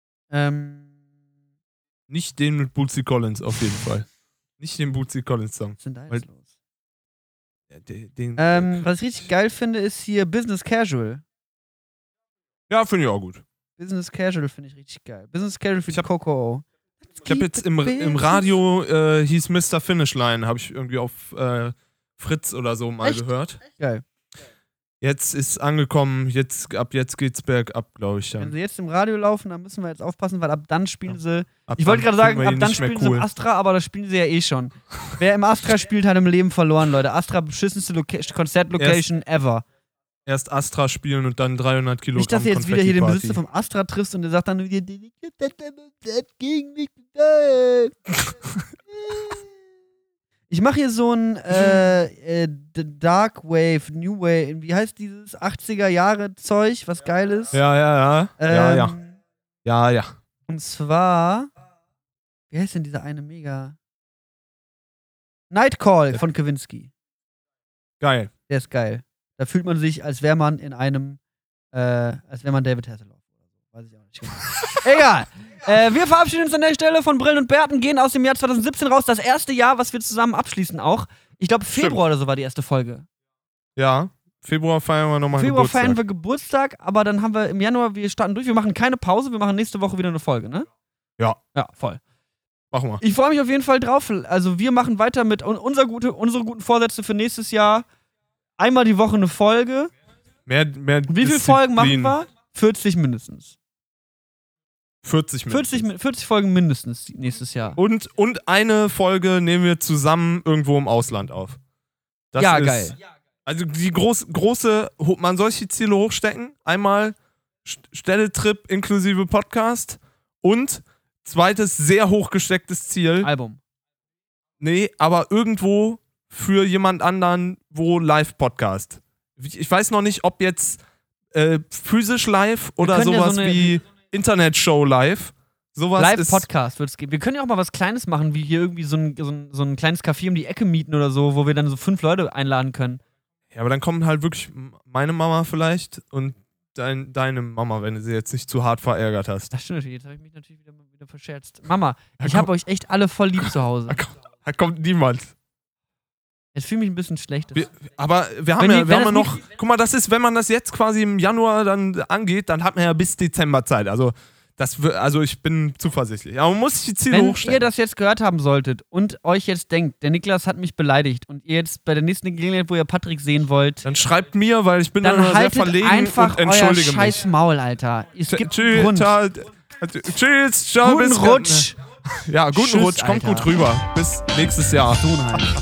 Nicht den mit Bootsy Collins, auf jeden Fall. Nicht den Bootsy Collins Song. Was ist denn da jetzt los? Was ich richtig geil finde, ist hier Business Casual. Ja, finde ich auch gut. Business Casual finde ich richtig geil. Business Casual für Coco. Ich habe jetzt im Radio hieß Mr. Finishline, habe ich irgendwie auf Fritz oder so mal gehört. Geil. Jetzt ist angekommen, ab jetzt geht's bergab, glaube ich. Wenn sie jetzt im Radio laufen, dann müssen wir jetzt aufpassen, weil ab dann spielen sie. Ab Ich wollte gerade dann sagen, finden wir ab ihn dann nicht mehr spielen sie im Astra, aber das spielen sie ja eh schon. Wer im Astra spielt, hat im Leben verloren, Leute. Astra, beschissenste Konzertlocation ever. Erst Astra spielen und dann 300 Kilogramm Nicht, dass du jetzt wieder hier den Konfetti-Party. Besitzer vom Astra triffst und der sagt dann wieder, gegen mich. Ich mache hier so ein Dark Wave, New Wave, wie heißt dieses 80er-Jahre-Zeug, was geil ist? Ja. Ja. Und zwar, wie heißt denn dieser eine Mega? Nightcall von Kavinsky. Geil. Der ist geil. Da fühlt man sich, als wäre man in einem, als wäre man David Hasselhoff. Weiß ich auch nicht genau. Egal. Wir verabschieden uns an der Stelle von Brillen und Bärten, gehen aus dem Jahr 2017 raus. Das erste Jahr, was wir zusammen abschließen auch. Ich glaube, Februar oder so war die erste Folge. Ja, Februar feiern wir nochmal Februar Geburtstag. feiern wir Geburtstag, aber dann haben wir im Januar, wir starten durch. Wir machen keine Pause, wir machen nächste Woche wieder eine Folge, ne? Ja. Ja, voll. Machen wir. Ich freue mich auf jeden Fall drauf. Also wir machen weiter mit unsere guten Vorsätze für nächstes Jahr. Einmal die Woche eine Folge. Mehr Wie viele Folgen machen wir? 40 mindestens. 40 mindestens. 40 Folgen mindestens nächstes Jahr. Und eine Folge nehmen wir zusammen irgendwo im Ausland auf. Das ja, ist, geil. Also die große, man soll die Ziele hochstecken. Einmal Städtetrip inklusive Podcast und zweites sehr hochgestecktes Ziel. Album. Nee, aber irgendwo für jemand anderen, wo Live-Podcast. Ich weiß noch nicht, ob jetzt physisch live oder sowas wie Internetshow live. Sowas Live-Podcast wird es geben. Wir können ja auch mal was Kleines machen, wie hier irgendwie so ein kleines Café um die Ecke mieten oder so, wo wir dann so 5 Leute einladen können. Ja, aber dann kommen halt wirklich meine Mama vielleicht und deine Mama, wenn du sie jetzt nicht zu hart verärgert hast. Das stimmt natürlich. Jetzt habe ich mich natürlich wieder verscherzt. Mama, ich habe euch echt alle voll lieb zu Hause. Da kommt niemand. Jetzt fühle ich mich ein bisschen schlecht. Aber wir haben ja noch. Guck mal, das ist, wenn man das jetzt quasi im Januar dann angeht, dann hat man ja bis Dezember Zeit. Also ich bin zuversichtlich. Aber man muss sich die Ziele hochstellen. Wenn ihr das jetzt gehört haben solltet und euch jetzt denkt, der Niklas hat mich beleidigt und ihr jetzt bei der nächsten Gelegenheit, wo ihr Patrick sehen wollt, dann schreibt mir, weil ich bin dann immer sehr verlegen einfach und entschuldige euer scheiß Maul, Alter. Es gibt einen Grund. Tschüss, ciao, guten Rutsch. Ja, guten Tschüss, Rutsch, kommt Alter. gut rüber. Bis nächstes Jahr. Sohnheim.